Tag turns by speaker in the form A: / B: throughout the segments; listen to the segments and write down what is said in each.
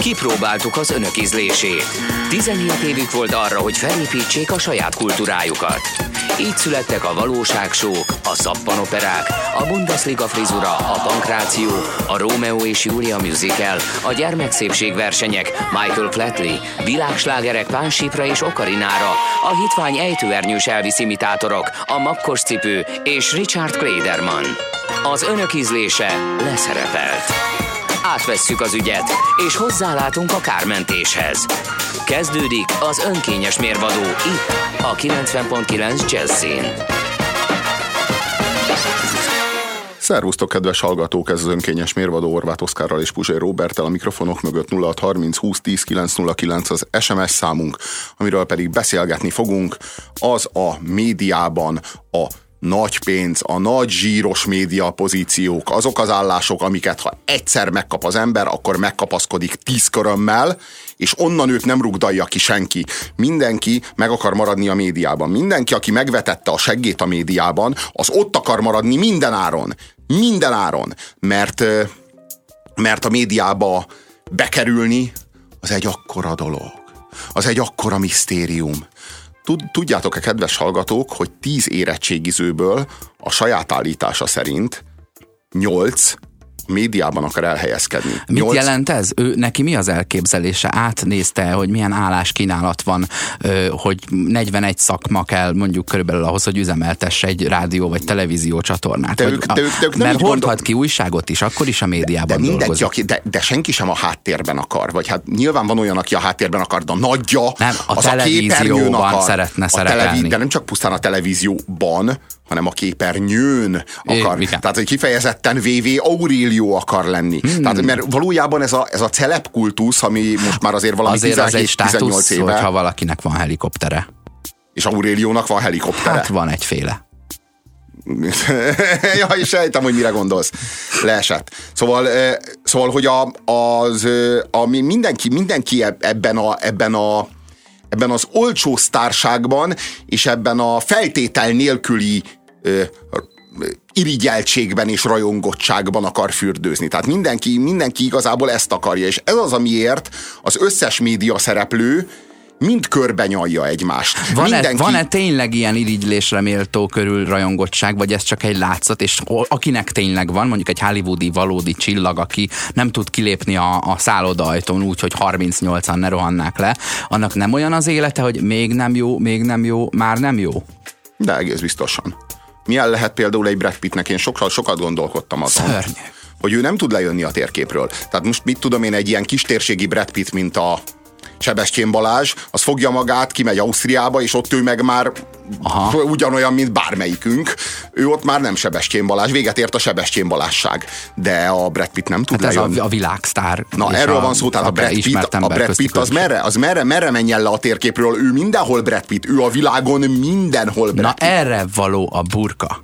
A: Kipróbáltuk az önök ízlését. 17 évük volt arra, hogy felépítsék a saját kultúrájukat. Így születtek a valóságsók, a szappanoperák, a Bundesliga frizura, a pankráció, a Rómeó és Júlia musical, a gyermekszépségversenyek, Michael Flatley, világslágerek Pánsipra és Okarinára, a hitvány ejtőernyős Elvis imitátorok, a makkos cipő és Richard Klederman. Az önök ízlése leszerepelt. Átvesszük az ügyet, és hozzálátunk a kármentéshez. Kezdődik az önkényes mérvadó itt, a 90.9 Jazzin.
B: Szervusztok, kedves hallgatók! Ez az önkényes mérvadó Horváth Oszkárral és Puzsér Róberttel, a mikrofonok mögött 0630 20 10 909 az SMS számunk, amiről pedig beszélgetni fogunk. Az a médiában a nagy pénz, a nagy zsíros média pozíciók, azok az állások, amiket ha egyszer megkap az ember, akkor megkapaszkodik 10 körömmel, és onnan őt nem rugdalja ki senki. Mindenki meg akar maradni a médiában. Mindenki, aki megvetette a seggét a médiában, az ott akar maradni minden áron. Minden áron. Mert a médiába bekerülni, az egy akkora dolog. Az egy akkora misztérium. Tudjátok-e, kedves hallgatók, hogy 10 érettségizőből a saját állítása szerint 8 médiában akar elhelyezkedni.
C: Mit jelent ez? Neki mi az elképzelése? Átnézte, hogy milyen álláskínálat van, hogy 41 szakma kell mondjuk körülbelül ahhoz, hogy üzemeltesse egy rádió vagy televízió csatornát. Mert hordhat ki újságot is, akkor is a médiában dolgozik.
B: De senki sem a háttérben akar. Vagy hát nyilván van olyan, aki a háttérben akar, de a nagyja,
C: nem, a
B: az
C: televízióban
B: a akar,
C: szeretne szerepelni.
B: De nem csak pusztán a televízióban, hanem a képernyőn akar. Tehát, hogy kifejezetten VV Aurélio akar lenni. Tehát, mert valójában ez a celebkultusz, ami most már azért valami 17-18 éve.
C: Hogyha valakinek van helikoptere.
B: És Auréliónak van helikoptere.
C: Hát van egyféle.
B: Ja, és sejtem, hogy mire gondolsz. Leesett. Szóval hogy mindenki ebben az olcsó sztárságban, és ebben a feltétel nélküli irigyeltségben és rajongottságban akar fürdőzni. Tehát mindenki igazából ezt akarja, és ez az, amiért az összes média szereplő mind körbenyalja egymást.
C: Van-e tényleg ilyen irigylésre méltó körül rajongottság, vagy ez csak egy látszat, és akinek tényleg van, mondjuk egy hollywoodi valódi csillag, aki nem tud kilépni a szállodaajtón úgy, hogy 38-an ne rohannák le, annak nem olyan az élete, hogy még nem jó, már nem jó?
B: De egész biztosan. Milyen lehet például egy Brad Pittnek? Én sokat gondolkodtam azon.
C: Szörnyű.
B: Hogy ő nem tud lejönni a térképről. Tehát most mit tudom én, egy ilyen kistérségi Brad Pitt, mint a Sebestyén Balázs, az fogja magát, kimegy Ausztriába, és ott ő meg már ugyanolyan, mint bármelyikünk. Ő ott már nem Sebestyén Balázs, véget ért a Sebestyén Balázsság. De a Brad Pitt nem tud lejönni.
C: Ez a világsztár.
B: Na, erről van szó, tehát a Brad Pitt az merre menjen le a térképről? Ő mindenhol Brad Pitt, ő a világon mindenhol Brad Pitt.
C: Na, erre való a burka.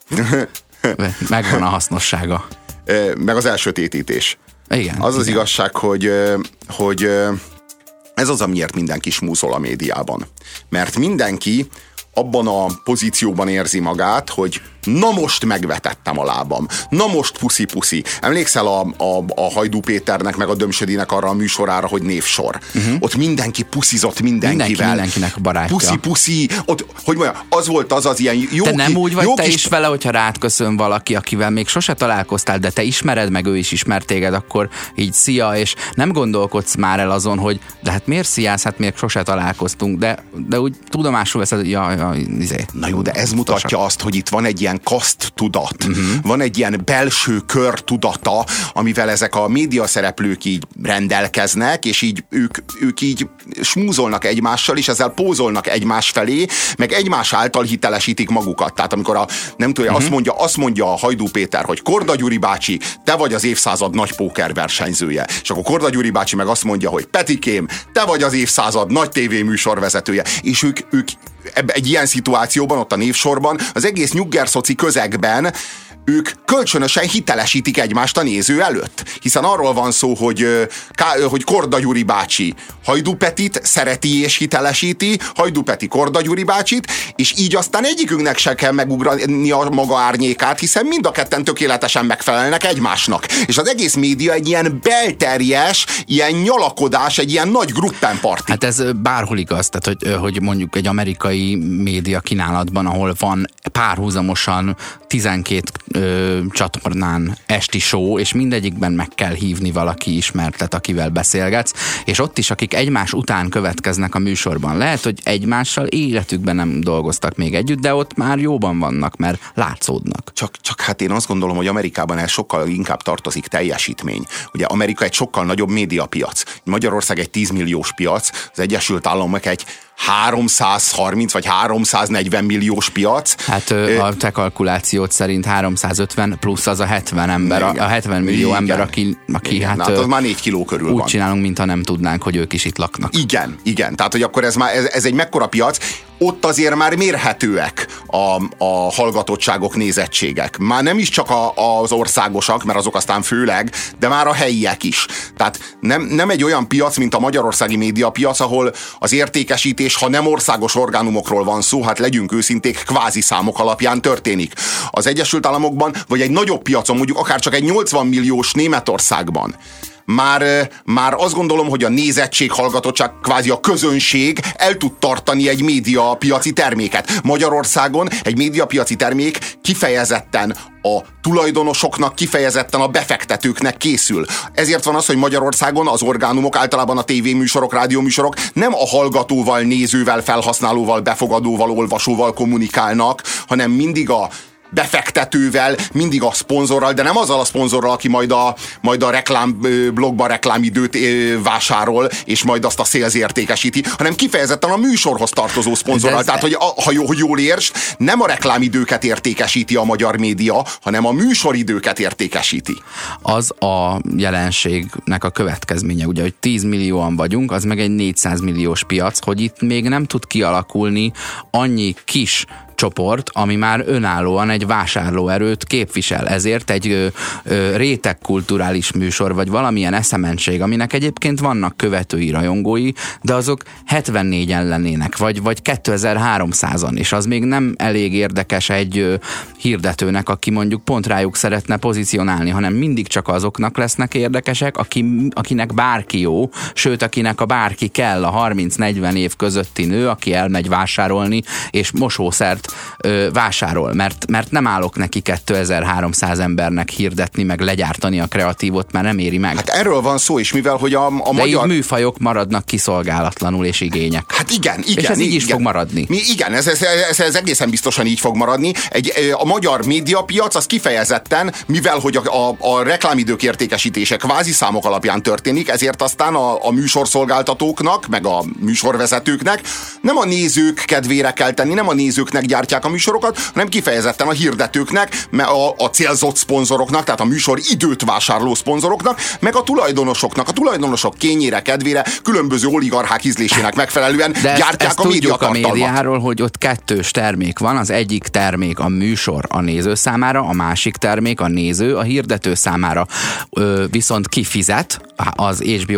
C: Megvan a hasznossága.
B: Meg az elsötétítés.
C: Igen.
B: Az igazság, hogy ez az, amiért mindenki smúzol a médiában. Mert mindenki abban a pozícióban érzi magát, hogy na most megvetettem a lábam, na most puszi-puszi. Emlékszel a Hajdú Péternek meg a Dömsödinek arra a műsorára, hogy névsor? Ott mindenki puszizott mindenkivel.
C: Mindenkinek barátja.
B: Puszi-puszi. Ott, hogy mondjam, az volt az ilyen jó.
C: Te nem úgy vagy te is vele, hogyha rád köszön valaki, akivel még sose találkoztál, de te ismered, meg ő is ismert téged, akkor így szia, és nem gondolkodsz már el azon, hogy de hát miért sziász, hát még sose találkoztunk, de úgy tudomásul veszed, hogy
B: Na jó, de ez mutatja azt, hogy itt van egy ilyen kaszt tudat, van egy ilyen belső kör tudata, amivel ezek a média szereplők így rendelkeznek, és így ők így smúzolnak egymással, és ezzel pózolnak egymás felé, meg egymás által hitelesítik magukat. Tehát amikor azt mondja a Hajdú Péter, hogy Korda Gyuri bácsi, te vagy az évszázad nagy pókerversenyzője. És akkor Korda Gyuri bácsi meg azt mondja, hogy Petikém, te vagy az évszázad nagy tévéműsorvezetője. És ők egy ilyen szituációban, ott a névsorban, az egész nyuggerszoci közegben ők kölcsönösen hitelesítik egymást a néző előtt. Hiszen arról van szó, hogy Korda Gyuri bácsi Hajdú Petit szereti és hitelesíti, Hajdú Peti Korda Gyuri bácsit, és így aztán egyikünknek se kell megugrani a maga árnyékát, hiszen mind a ketten tökéletesen megfelelnek egymásnak. És az egész média egy ilyen belterjes, ilyen nyalakodás, egy ilyen nagy gruppenparti.
C: Hát ez bárhol igaz, tehát hogy mondjuk egy amerikai média kínálatban, ahol van párhuzamosan 12 csatornán esti show, és mindegyikben meg kell hívni valaki ismertet, akivel beszélgetsz, és ott is, akik egymás után következnek a műsorban. Lehet, hogy egymással életükben nem dolgoztak még együtt, de ott már jóban vannak, mert látszódnak.
B: Csak hát én azt gondolom, hogy Amerikában ez sokkal inkább tartozik teljesítmény. Ugye Amerika egy sokkal nagyobb médiapiac. Magyarország egy 10 milliós piac, az Egyesült Államok egy 330 vagy 340 milliós piac.
C: Hát a te kalkulációt szerint 350 plusz az a 70 ember, a 70 millió
B: igen.
C: ember, aki
B: igen, hát az már 4 kiló körül
C: úgy
B: van.
C: Csinálunk, mintha nem tudnánk, hogy ők is itt laknak.
B: Igen. Tehát, hogy akkor ez egy mekkora piac, ott azért már mérhetőek a hallgatottságok, nézettségek. Már nem is csak az országosak, mert azok aztán főleg, de már a helyiek is. Tehát nem egy olyan piac, mint a magyarországi médiapiac, ahol az értékesítés, ha nem országos orgánumokról van szó, hát legyünk őszinték, kvázi számok alapján történik. Az Egyesült Államokban, vagy egy nagyobb piacon, mondjuk akár csak egy 80 milliós Németországban, már azt gondolom, hogy a nézettség, hallgatottság, kvázi a közönség el tud tartani egy médiapiaci terméket. Magyarországon egy médiapiaci termék kifejezetten a tulajdonosoknak, kifejezetten a befektetőknek készül. Ezért van az, hogy Magyarországon az orgánumok, általában a tévéműsorok, rádióműsorok nem a hallgatóval, nézővel, felhasználóval, befogadóval, olvasóval kommunikálnak, hanem mindig a befektetővel, mindig a szponzorral, de nem azzal a szponzorral, aki majd a reklámblogban reklámidőt vásárol, és majd azt a sales értékesíti, hanem kifejezetten a műsorhoz tartozó szponzorral. Tehát, hogy jól értsd, nem a reklámidőket értékesíti a magyar média, hanem a műsoridőket értékesíti.
C: Az a jelenségnek a következménye, ugye, hogy 10 millióan vagyunk, az meg egy 400 milliós piac, hogy itt még nem tud kialakulni annyi kis csoport, ami már önállóan egy vásárlóerőt képvisel. Ezért egy rétegkulturális műsor, vagy valamilyen eszementség, aminek egyébként vannak követői, rajongói, de azok 74-en lennének, vagy 2300-an, és az még nem elég érdekes egy hirdetőnek, aki mondjuk pont rájuk szeretne pozícionálni, hanem mindig csak azoknak lesznek érdekesek, akinek bárki jó, sőt, akinek a bárki kell, a 30-40 év közötti nő, aki elmegy vásárolni, és mosószert vásárol, mert nem állok neki 2300 embernek hirdetni, meg legyártani a kreatívot, mert nem éri meg.
B: Hát erről van szó is, mivel hogy a
C: de
B: magyar...
C: így műfajok maradnak kiszolgálatlanul és igények.
B: Hát igen.
C: És ez így is fog maradni.
B: Igen, ez egészen biztosan így fog maradni. A magyar médiapiac az kifejezetten, mivel hogy a reklámidők értékesítése kvázi számok alapján történik, ezért aztán a műsorszolgáltatóknak, meg a műsorvezetőknek nem a nézők kedvére kell tenni, nem a nézőknek gyártják a műsorokat, hanem kifejezetten a hirdetőknek, a célzott szponzoroknak, tehát a műsor időt vásárló szponzoroknak, meg a tulajdonosoknak. A tulajdonosok kényére, kedvére, különböző oligarchák ízlésének megfelelően gyártják a médiatartalmat.
C: A médiáról, hogy ott kettős termék van, az egyik termék a műsor a néző számára, a másik termék a néző a hirdető számára. Viszont kifizet, az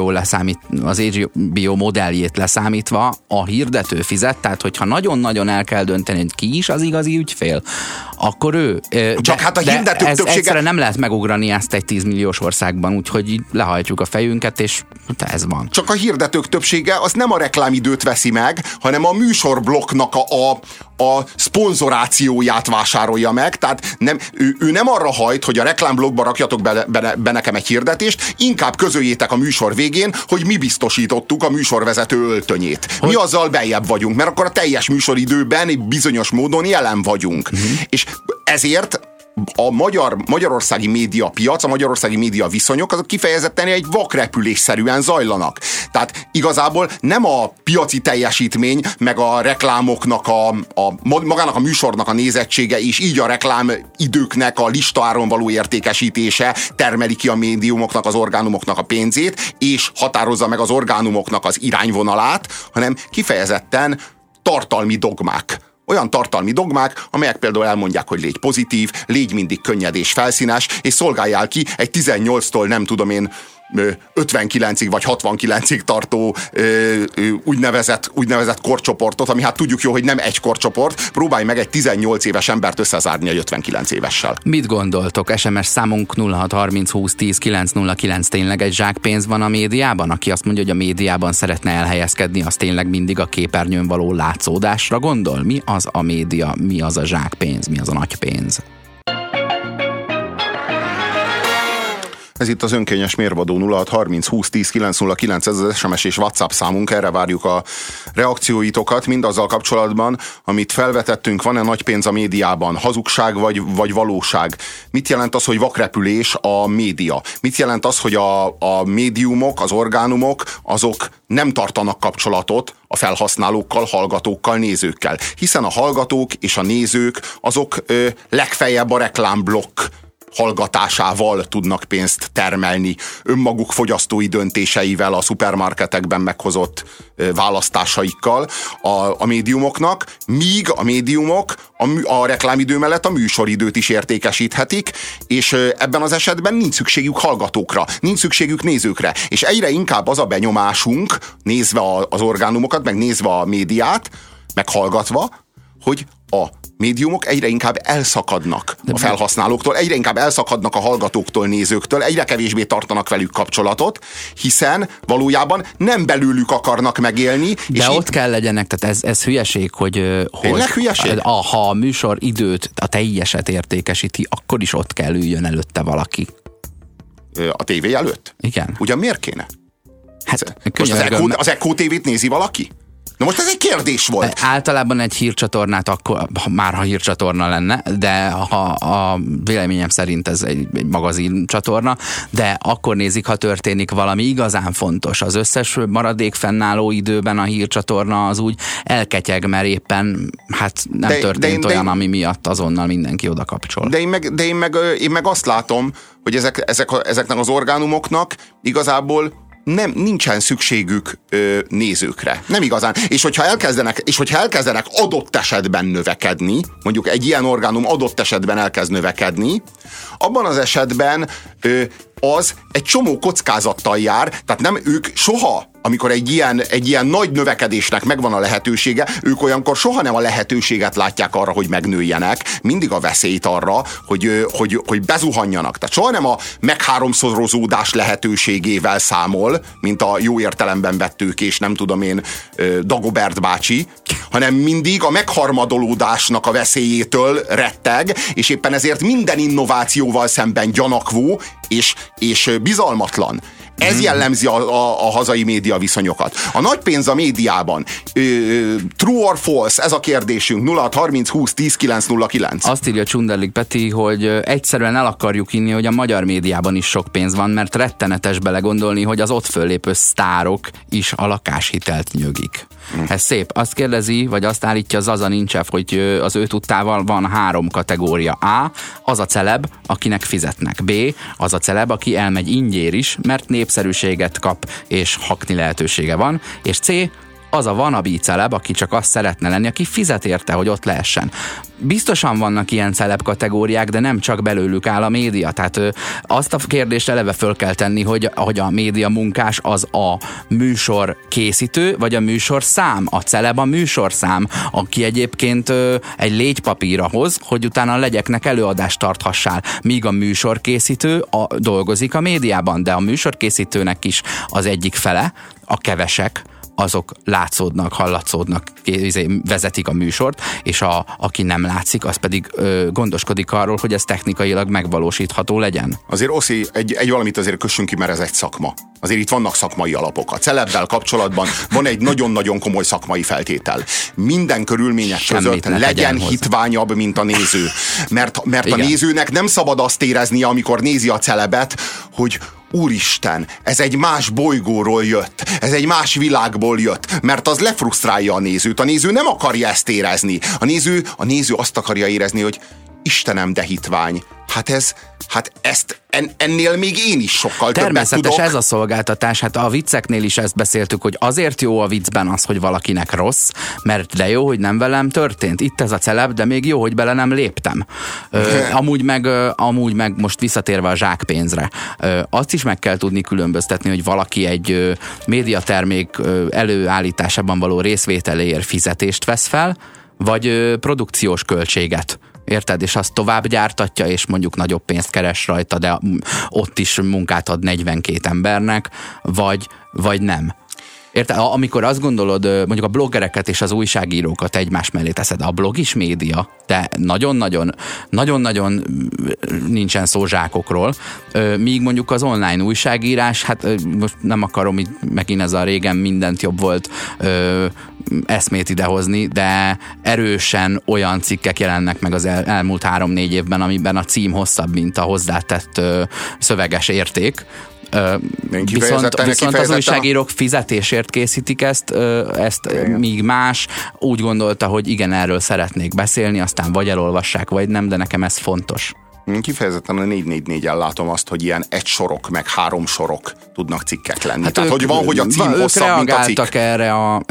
C: HBO modelljét leszámítva, a hirdető fizet, tehát hogyha nagyon-nagyon el kell dönteni, hogy ki is az igazi ügyfél, akkor ő.
B: Csak hát a hirdetők többsége...
C: Egyszerűen nem lehet megugrani ezt egy 10 milliós országban, úgyhogy lehajtjuk a fejünket, és ez van.
B: Csak a hirdetők többsége az nem a reklámidőt veszi meg, hanem a műsorblokknak a szponzorációját vásárolja meg, tehát ő nem arra hajt, hogy a reklámblogba rakjatok be nekem egy hirdetést, inkább közöljétek a műsor végén, hogy mi biztosítottuk a műsorvezető öltönyét. Mi azzal beljebb vagyunk, mert akkor a teljes műsoridőben bizonyos módon jelen vagyunk. És ezért a magyarországi médiapiac, a magyarországi média viszonyok, azok kifejezetten egy vakrepülésszerűen zajlanak. Tehát igazából nem a piaci teljesítmény, meg a reklámoknak, magának a műsornak a nézettsége, és így a reklámidőknek a listaáron való értékesítése termeli ki a médiumoknak, az orgánumoknak a pénzét, és határozza meg az orgánumoknak az irányvonalát, hanem kifejezetten tartalmi dogmák, Olyan tartalmi dogmák, amelyek például elmondják, hogy légy pozitív, légy mindig könnyed és felszínes, és szolgáljál ki egy 18-tól nem tudom én 59-ig vagy 69-ig tartó úgynevezett korcsoportot, ami hát tudjuk jó, hogy nem egy korcsoport, próbálj meg egy 18 éves embert összezárni egy 59 évessel.
C: Mit gondoltok? SMS számunk 0630 20 10 909. Tényleg egy zsákpénz van a médiában? Aki azt mondja, hogy a médiában szeretne elhelyezkedni, az tényleg mindig a képernyőn való látszódásra gondol? Mi az a média? Mi az a zsákpénz? Mi az a nagy pénz?
B: Ez itt az önkényes mérvadó 0630 20 10 909, ez az SMS és WhatsApp számunk, erre várjuk a reakcióitokat, mindazzal kapcsolatban, amit felvetettünk, van-e nagy pénz a médiában, hazugság vagy valóság? Mit jelent az, hogy vakrepülés a média? Mit jelent az, hogy a médiumok, az orgánumok, azok nem tartanak kapcsolatot a felhasználókkal, hallgatókkal, nézőkkel? Hiszen a hallgatók és a nézők azok legfeljebb a reklámblokk hallgatásával tudnak pénzt termelni, önmaguk fogyasztói döntéseivel, a szupermarketekben meghozott választásaikkal a médiumoknak, míg a médiumok a reklámidő mellett a műsoridőt is értékesíthetik, és ebben az esetben nincs szükségük hallgatókra, nincs szükségük nézőkre, és egyre inkább az a benyomásunk, nézve az orgánumokat, meg nézve a médiát, meg hallgatva, hogy a médiumok egyre inkább elszakadnak a felhasználóktól, egyre inkább elszakadnak a hallgatóktól, nézőktől, egyre kevésbé tartanak velük kapcsolatot, hiszen valójában nem belőlük akarnak megélni.
C: De és ott kell legyenek, tehát ez hülyeség, hogy
B: hülyeség?
C: Ha a műsor időt, a teljeset értékesíti, akkor is ott kell üljön előtte valaki.
B: A tévé előtt?
C: Igen.
B: Ugyan miért kéne?
C: Hát,
B: most az Echo TV-t nézi valaki? Na most ez egy kérdés volt.
C: Általában egy hírcsatornát akkor, már ha hírcsatorna lenne, de a véleményem szerint ez egy magazin csatorna, de akkor nézik, ha történik valami igazán fontos. Az összes maradék fennálló időben a hírcsatorna az úgy elketyeg, mert éppen hát nem történt olyan, ami miatt azonnal mindenki oda kapcsol.
B: De én meg azt látom, hogy ezeknek az orgánumoknak igazából nincsen szükségük nézőkre. Nem igazán. És hogyha elkezdenek adott esetben növekedni, mondjuk egy ilyen orgánum adott esetben elkezd növekedni, abban az esetben az egy csomó kockázattal jár, tehát nem ők soha, amikor egy ilyen nagy növekedésnek megvan a lehetősége, ők olyankor soha nem a lehetőséget látják arra, hogy megnőjenek, mindig a veszélyt arra, hogy bezuhanjanak. Tehát soha nem a megháromszorozódás lehetőségével számol, mint a jó értelemben vett Tőkés, nem tudom én, Dagobert bácsi, hanem mindig a megharmadolódásnak a veszélyétől retteg, és éppen ezért minden innovációval szemben gyanakvó és bizalmatlan. Ez jellemzi a hazai média viszonyokat. A nagy pénz a médiában. True or false? Ez a kérdésünk. 0630 20 10 909.
C: Azt írja Csunderlik Peti, hogy egyszerűen el akarjuk inni, hogy a magyar médiában is sok pénz van, mert rettenetes belegondolni, hogy az ott föllépő sztárok is a lakáshitelt nyögik. Ez szép. Azt kérdezi, vagy azt állítja Zaza Nincsev, hogy az ő tudtával van 3 kategória. A. Az a celeb, akinek fizetnek. B. Az a celeb, aki elmegy ingyér is, mert népszerűséget kap és hakni lehetősége van. És C. Az a wannabe celeb, aki csak azt szeretne lenni, aki fizet érte, hogy ott lehessen. Biztosan vannak ilyen celeb kategóriák, de nem csak belőlük áll a média. Tehát azt a kérdést eleve föl kell tenni, hogy a média munkás az a műsor készítő, vagy a műsorszám. A celeb a műsorszám, aki egyébként egy légypapíra hoz, hogy utána legyeknek előadást tarthassál. Míg a műsorkészítő dolgozik a médiában, de a műsorkészítőnek is az egyik fele, a kevesek, azok látszódnak, hallatszódnak, vezetik a műsort, és aki nem látszik, az pedig gondoskodik arról, hogy ez technikailag megvalósítható legyen.
B: Azért Oszi, egy valamit azért kössünk ki, mert ez egy szakma. Azért itt vannak szakmai alapok. A celebbel kapcsolatban van egy nagyon-nagyon komoly szakmai feltétel. Minden körülmények között legyen hitványabb, mint a néző. Mert a nézőnek nem szabad azt éreznie, amikor nézi a celebet, hogy úristen, ez egy más bolygóról jött, ez egy más világból jött, mert az lefrusztrálja a nézőt. A néző nem akarja ezt érezni. A néző azt akarja érezni, hogy Istenem, de hitvány. Hát Hát ennél még én is sokkal többet tudok.
C: Természetes ez a szolgáltatás, hát a vicceknél is ezt beszéltük, hogy azért jó a viccben az, hogy valakinek rossz, mert de jó, hogy nem velem történt. Itt ez a celeb, de még jó, hogy bele nem léptem. Amúgy meg most visszatérve a zsákpénzre. Azt is meg kell tudni különböztetni, hogy valaki egy médiatermék előállításában való részvételéért fizetést vesz fel, vagy produkciós költséget. Érted? És azt tovább gyártatja, és mondjuk nagyobb pénzt keres rajta, de ott is munkát ad 42 embernek, vagy nem. Érted? Amikor azt gondolod, mondjuk a bloggereket és az újságírókat egymás mellé teszed, a blog is média, de nagyon-nagyon nincsen szó zsákokról, míg mondjuk az online újságírás, hát most nem akarom így megint ez a régen mindent jobb volt eszmét idehozni, de erősen olyan cikkek jelennek meg az elmúlt 3-4 évben, amiben a cím hosszabb, mint a hozzátett szöveges érték. Viszont az újságírók fizetésért készítik ezt míg más úgy gondolta, hogy igen, erről szeretnék beszélni, aztán vagy elolvassák, vagy nem, de nekem ez fontos.
B: Kifejezetten a 444-en látom azt, hogy ilyen 1 sorok, meg 3 sorok tudnak cikkek lenni.
C: Hát
B: tehát, hogy van, hogy a cím hosszabb, mint a cikk.
C: Ők reagáltak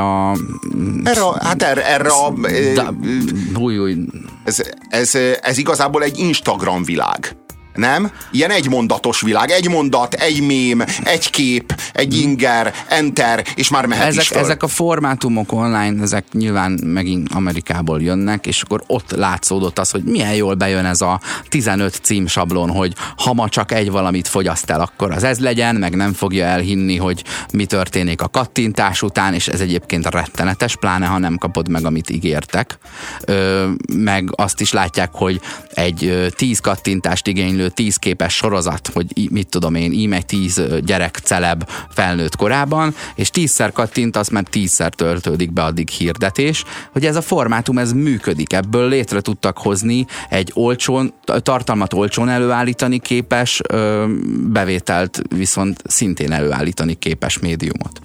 B: Ez igazából egy Instagram világ. Nem? Ilyen egymondatos világ. Egy mondat, egy mém, egy kép, egy inger, enter, és már mehet is föl.
C: Ezek a formátumok online, ezek nyilván megint Amerikából jönnek, és akkor ott látszódott az, hogy milyen jól bejön ez a 15 címsablon, hogy ha ma csak egy valamit fogyaszt el, akkor az ez legyen, meg nem fogja elhinni, hogy mi történik a kattintás után, és ez egyébként rettenetes, pláne ha nem kapod meg, amit ígértek. Meg azt is látják, hogy egy 10 kattintást igénylő 10 képes sorozat, hogy mit tudom én, íme 10 gyerek celeb felnőtt korában, és 10-szer kattintasz, mert 10-szer töltődik be addig hirdetés, hogy ez a formátum, ez működik. Ebből létre tudtak hozni egy tartalmat olcsón előállítani képes, bevételt viszont szintén előállítani képes médiumot.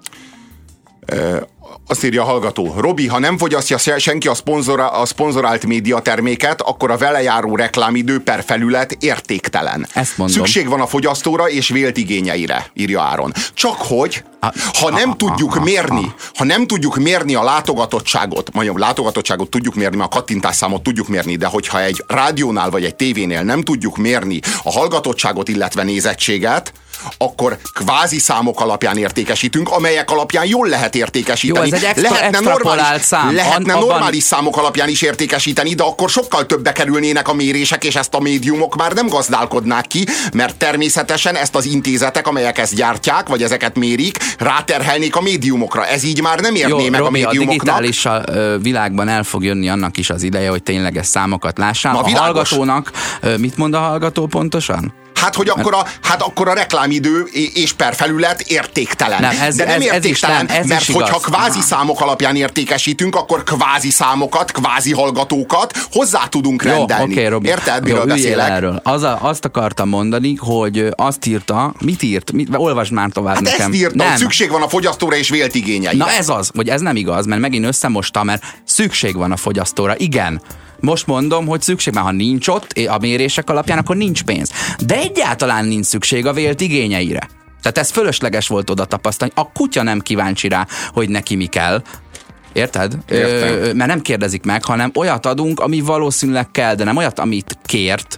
B: Azt írja a hallgató: Robi, ha nem fogyasztja senki a szponzorált médiaterméket, akkor a vele járó reklámidő per felület értéktelen.
C: Ezt mondom.
B: Szükség van a fogyasztóra és vélt igényeire, írja Áron. Csak hogy, ha nem tudjuk mérni a látogatottságot, mondjuk látogatottságot tudjuk mérni, mert a kattintásszámot tudjuk mérni, de hogyha egy rádiónál vagy egy tévénél nem tudjuk mérni a hallgatottságot, illetve nézettséget, akkor kvázi számok alapján értékesítünk, amelyek alapján jól lehet értékesíteni.
C: Jó, ez egy extrapolált szám.
B: Lehetne normális számok alapján is értékesíteni, de akkor sokkal többe kerülnének a mérések, és ezt a médiumok már nem gazdálkodnák ki, mert természetesen ezt az intézetek, amelyek ezt gyártják, vagy ezeket mérik, ráterhelnék a médiumokra. Ez így már nem érné meg
C: Robi,
B: a médiumoknak.
C: A digitális világban el fog jönni annak is az ideje, hogy tényleges számokat lássál. A hallgatónak, mit mond a hallgató pontosan?
B: Hát akkor a reklámidő és per felület értéktelen. De nem értéktelen, mert hogyha kvázi számok alapján értékesítünk, akkor kvázi számokat, kvázi hallgatókat hozzá tudunk rendelni.
C: Oké, Robi.
B: Érted, miről beszélek?
C: Erről. Azt akartam mondani, hogy azt írta, mit írt? Olvasd már tovább nekem.
B: Ezt írta, hogy szükség van a fogyasztóra és vélt igényeire.
C: Na ez az, hogy ez nem igaz, mert megint összemostam, mert szükség van a fogyasztóra. Igen. Most mondom, hogy szükség, mert ha nincs ott a mérések alapján, akkor nincs pénz. De egyáltalán nincs szükség a vélt igényeire. Tehát ez fölösleges volt oda tapasztalni. A kutya nem kíváncsi rá, hogy neki mi kell. Érted? Mert nem kérdezik meg, hanem olyat adunk, ami valószínűleg kell, de nem olyat, amit kért.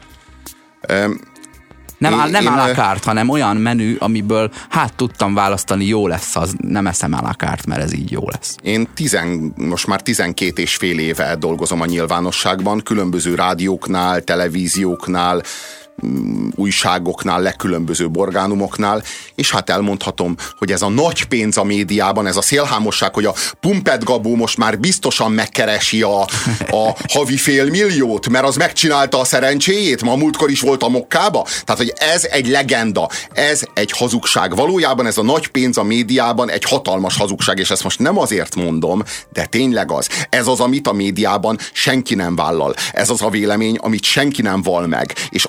C: Nem à la carte, hanem olyan menü, amiből tudtam választani, jó lesz az, nem eszem à la carte, mert ez így jó lesz.
B: Én most már 12 és fél éve dolgozom a nyilvánosságban, különböző rádióknál, televízióknál, újságoknál, legkülönbözőbb orgánumoknál, és hát elmondhatom, hogy ez a nagy pénz a médiában, ez a szélhámosság, hogy a Pumped Gabó most már biztosan megkeresi a havi $500 000, mert az megcsinálta a szerencséjét, ma múltkor is volt a Mokkába. Tehát, hogy ez egy legenda, ez egy hazugság. Valójában ez a nagy pénz a médiában egy hatalmas hazugság, és ezt most nem azért mondom, de tényleg az. Ez az, amit a médiában senki nem vállal. Ez az a vélemény, amit senki nem val meg. És azért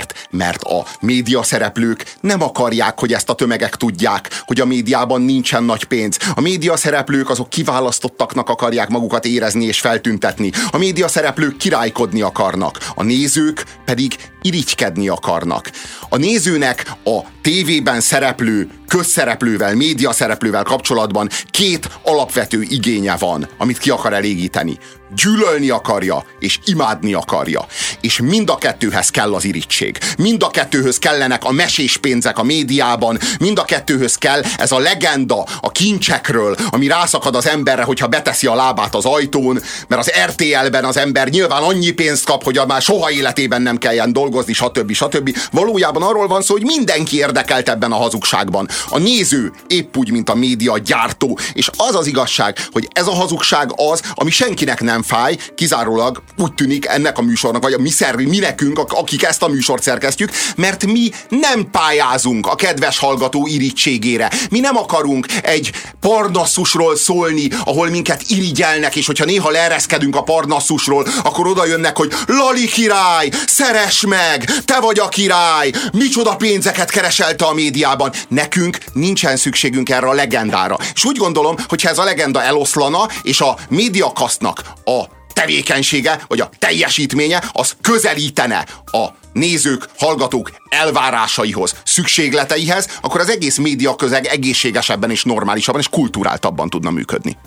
B: Miért? Mert a médiaszereplők nem akarják, hogy ezt a tömegek tudják, hogy a médiában nincsen nagy pénz. A médiaszereplők azok kiválasztottaknak akarják magukat érezni és feltüntetni. A médiaszereplők királykodni akarnak. A nézők pedig irigykedni akarnak. A nézőnek a tévében szereplő közszereplővel, médiaszereplővel kapcsolatban két alapvető igénye van, amit ki akar elégíteni. Gyűlölni akarja, és imádni akarja. És mind a kettőhez kell az irigység. Mind a kettőhöz kellenek a mesés pénzek a médiában, mind a kettőhöz kell ez a legenda a kincsekről, ami rászakad az emberre, hogyha beteszi a lábát az ajtón, mert az RTL-ben az ember nyilván annyi pénzt kap, hogy már soha életében nem kelljen dolgozni, stb. Valójában arról van szó, hogy mindenki érdekelt ebben a hazugságban. A néző épp úgy, mint a média gyártó. És az az igazság, hogy ez a hazugság az, ami senkinek nem fáj, kizárólag úgy tűnik ennek a műsornak, vagy mi nekünk, akik ezt a műsort szerkesztjük, mert mi nem pályázunk a kedves hallgató irigységére. Mi nem akarunk egy Parnasszusról szólni, ahol minket irigyelnek, és hogyha néha leereszkedünk a Parnasszusról, akkor oda jönnek, hogy Lali király, szeress meg, te vagy a király, micsoda pénzeket kereselte a médiában. Nekünk nincsen szükségünk erre a legendára. És úgy gondolom, hogyha ez a legenda eloszlana, és a médiakasztnak a tevékenysége, vagy a teljesítménye, az közelítene a nézők, hallgatók elvárásaihoz, szükségleteihez, akkor az egész médiaközeg egészségesebben és normálisabban és kulturáltabban tudna működni.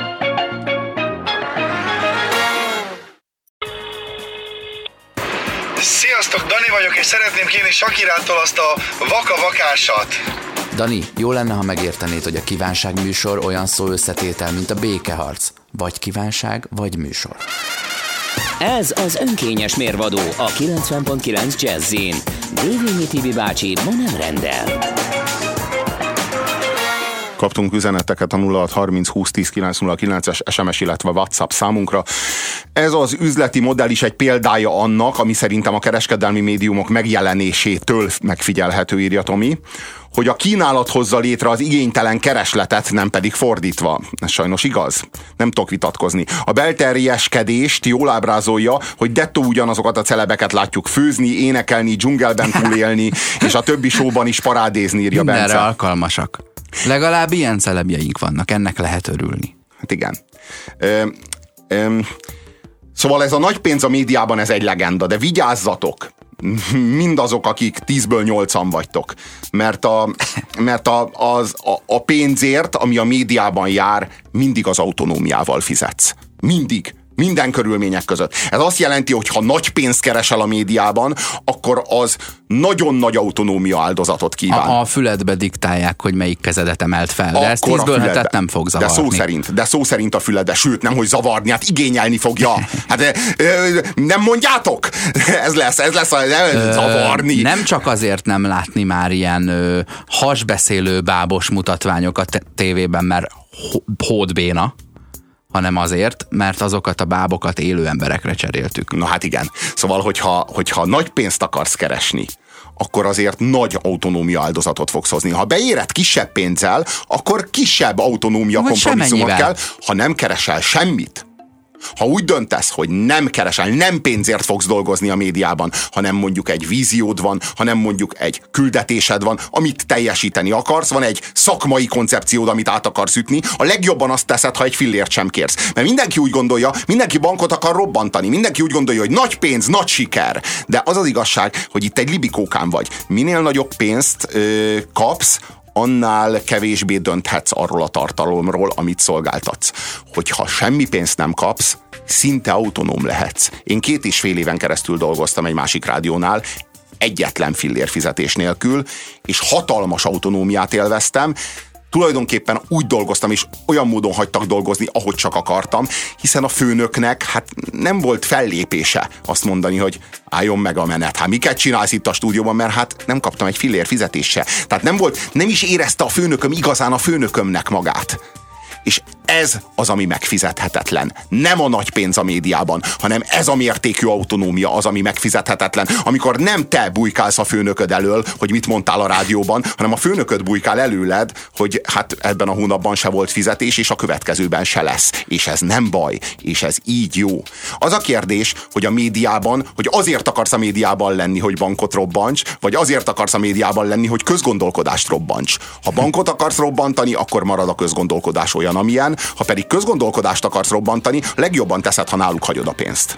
D: Sziasztok, Dani vagyok, és szeretném kérni Sakirától azt a vaka-vakásat.
E: Dani, jó lenne, ha megértenéd, hogy a kívánság műsor olyan szó összetétel, mint a békeharc. Vagy kívánság, vagy műsor.
A: Ez az önkényes mérvadó a 90.9 Jazzin. Dévényi Tibi bácsi ma nem rendel.
B: Kaptunk üzeneteket a 0630 20 10 909-es SMS, illetve WhatsApp számunkra. Ez az üzleti modell is egy példája annak, ami szerintem a kereskedelmi médiumok megjelenésétől megfigyelhető, írja Tomi, hogy a kínálat hozza létre az igénytelen keresletet, nem pedig fordítva. Ez sajnos igaz. Nem tudok vitatkozni. A belterjeskedést jól ábrázolja, hogy dettó ugyanazokat a celebeket látjuk főzni, énekelni, dzsungelben túlélni, és a többi showban is parádézni, írja Bence.
C: Mindenre alkalmasak. Legalább ilyen celebjeink vannak, ennek lehet örülni.
B: Hát igen. Szóval ez a nagy pénz a médiában, ez egy legenda, de vigyázzatok! Mindazok, akik 10-ből 8-an vagytok. Mert a pénzért, ami a médiában jár, mindig az autonómiával fizetsz. Mindig. Minden körülmények között. Ez azt jelenti, hogy ha nagy pénzt keresel a médiában, akkor az nagyon nagy autonómia áldozatot kíván.
C: A füledbe diktálják, hogy melyik kezedet emelt fel, de ezt 10-ből 7-et nem fog zavarni.
B: De szó szerint a füledbe, sőt, nem hogy zavarni, hát igényelni fogja. Hát nem mondjátok? Ez lesz zavarni.
C: Nem csak azért nem látni már ilyen hasbeszélő bábos mutatványokat tévében, mert hódbéna, hanem azért, mert azokat a bábokat élő emberekre cseréltük.
B: Na hát igen. Szóval, hogyha nagy pénzt akarsz keresni, akkor azért nagy autonómia áldozatot fogsz hozni. Ha beéred kisebb pénzzel, akkor kisebb autonómia kompromisszumot kell. Ha nem keresel semmit, ha úgy döntesz, hogy nem keresel, nem pénzért fogsz dolgozni a médiában, hanem mondjuk egy víziód van, hanem mondjuk egy küldetésed van, amit teljesíteni akarsz, van egy szakmai koncepciód, amit át akarsz ütni, a legjobban azt teszed, ha egy fillért sem kérsz. Mert mindenki úgy gondolja, mindenki bankot akar robbantani, mindenki úgy gondolja, hogy nagy pénz, nagy siker. De az az igazság, hogy itt egy libikókán vagy. Minél nagyobb pénzt kapsz, annál kevésbé dönthetsz arról a tartalomról, amit szolgáltatsz. Hogyha semmi pénzt nem kapsz, szinte autonóm lehetsz. Én 2,5 éven keresztül dolgoztam egy másik rádiónál, egyetlen fillér fizetés nélkül, és hatalmas autonómiát élveztem. Tulajdonképpen úgy dolgoztam, és olyan módon hagytak dolgozni, ahogy csak akartam, hiszen a főnöknek hát nem volt fellépése azt mondani, hogy álljon meg a menet. Hát miket csinálsz itt a stúdióban, mert hát nem kaptam egy fillér fizetést se. Tehát nem is érezte a főnököm igazán a főnökömnek magát. És Ez az, ami megfizethetetlen. Nem a nagy pénz a médiában, hanem ez a mértékű autonómia az, ami megfizethetetlen. Amikor nem te bujkálsz a főnököd elől, hogy mit mondtál a rádióban, hanem a főnököd bujkál előled, hogy hát ebben a hónapban se volt fizetés, és a következőben se lesz. És ez nem baj, és ez így jó. Az a kérdés, hogy a médiában, hogy azért akarsz a médiában lenni, hogy bankot robbants, vagy azért akarsz a médiában lenni, hogy közgondolkodást robbants. Ha bankot akarsz robbantani, akkor marad a közgondolkodás olyan, amilyen, ha pedig közgondolkodást akarsz robbantani, legjobban teszed, ha náluk hagyod a pénzt.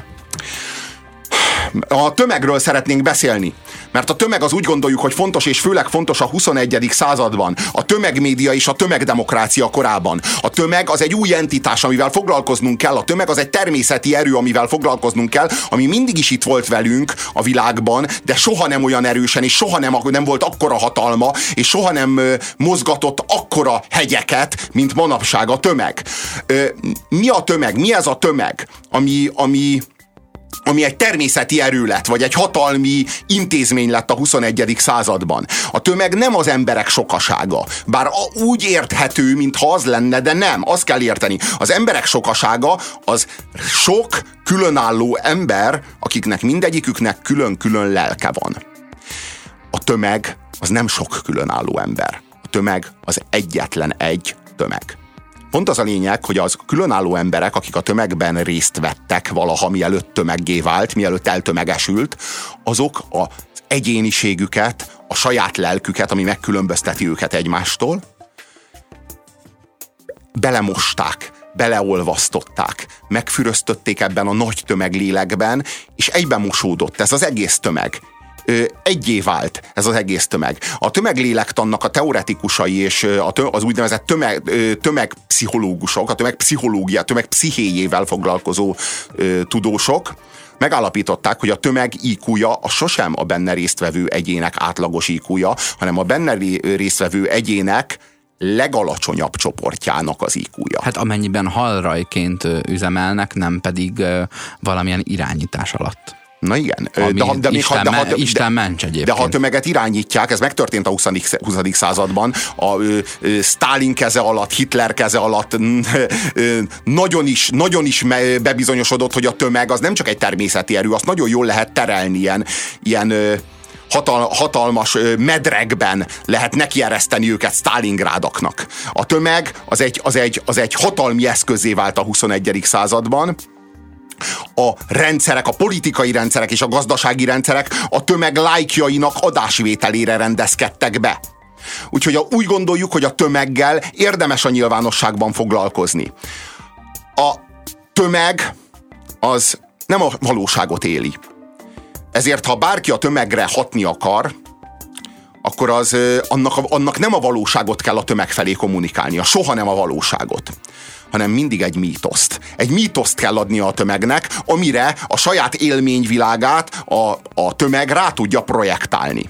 B: A tömegről szeretnénk beszélni, mert a tömeg az úgy gondoljuk, hogy fontos, és főleg fontos a 21. században. A tömegmédia és a tömegdemokrácia korában. A tömeg az egy új entitás, amivel foglalkoznunk kell. A tömeg az egy természeti erő, amivel foglalkoznunk kell, ami mindig is itt volt velünk a világban, de soha nem olyan erősen, és soha nem volt akkora hatalma, és soha nem mozgatott akkora hegyeket, mint manapság a tömeg. Mi a tömeg? Mi ez a tömeg, ami egy természeti erő lett, vagy egy hatalmi intézmény lett a 21. században. A tömeg nem az emberek sokasága. Bár úgy érthető, mintha az lenne, de nem. Azt kell érteni. Az emberek sokasága az sok különálló ember, akiknek mindegyiküknek külön-külön lelke van. A tömeg az nem sok különálló ember. A tömeg az egyetlen egy tömeg. Pont az a lényeg, hogy az különálló emberek, akik a tömegben részt vettek valaha, mielőtt tömeggé vált, mielőtt eltömegesült, azok az egyéniségüket, a saját lelküket, ami megkülönbözteti őket egymástól, belemosták, beleolvasztották, megfüröztötték ebben a nagy tömeglélekben, és egyben mosódott ez az egész tömeg. Egyé vált ez az egész tömeg. A tömeglélektannak a teoretikusai és az úgynevezett tömegpszichológusok, a tömegpszichológia, tömegpszichéjével foglalkozó tudósok megállapították, hogy a tömeg IQ-ja az sosem a benne résztvevő egyének átlagos IQ-ja, hanem a benne résztvevő egyének legalacsonyabb csoportjának az IQ-ja.
C: Hát amennyiben halrajként üzemelnek, nem pedig valamilyen irányítás alatt.
B: Na igen.
C: Isten ments egyébként.
B: De ha a tömeget irányítják, ez megtörtént a 20. században, a Sztálin keze alatt, Hitler keze alatt nagyon is bebizonyosodott, hogy a tömeg az nem csak egy természeti erő, azt nagyon jól lehet terelni ilyen hatalmas medrekben lehet nekiereszteni őket Sztálingrádaknak. A tömeg az egy hatalmi eszközzé vált a 21. században. A rendszerek, a politikai rendszerek és a gazdasági rendszerek a tömeg lájkjainak adásvételére rendezkedtek be. Úgyhogy úgy gondoljuk, hogy a tömeggel érdemes a nyilvánosságban foglalkozni. A tömeg az nem a valóságot éli. Ezért, ha bárki a tömegre hatni akar, akkor annak nem a valóságot kell a tömeg felé kommunikálnia, soha nem a valóságot, hanem mindig egy mítoszt. Egy mítoszt kell adnia a tömegnek, amire a saját élményvilágát a tömeg rá tudja projektálni.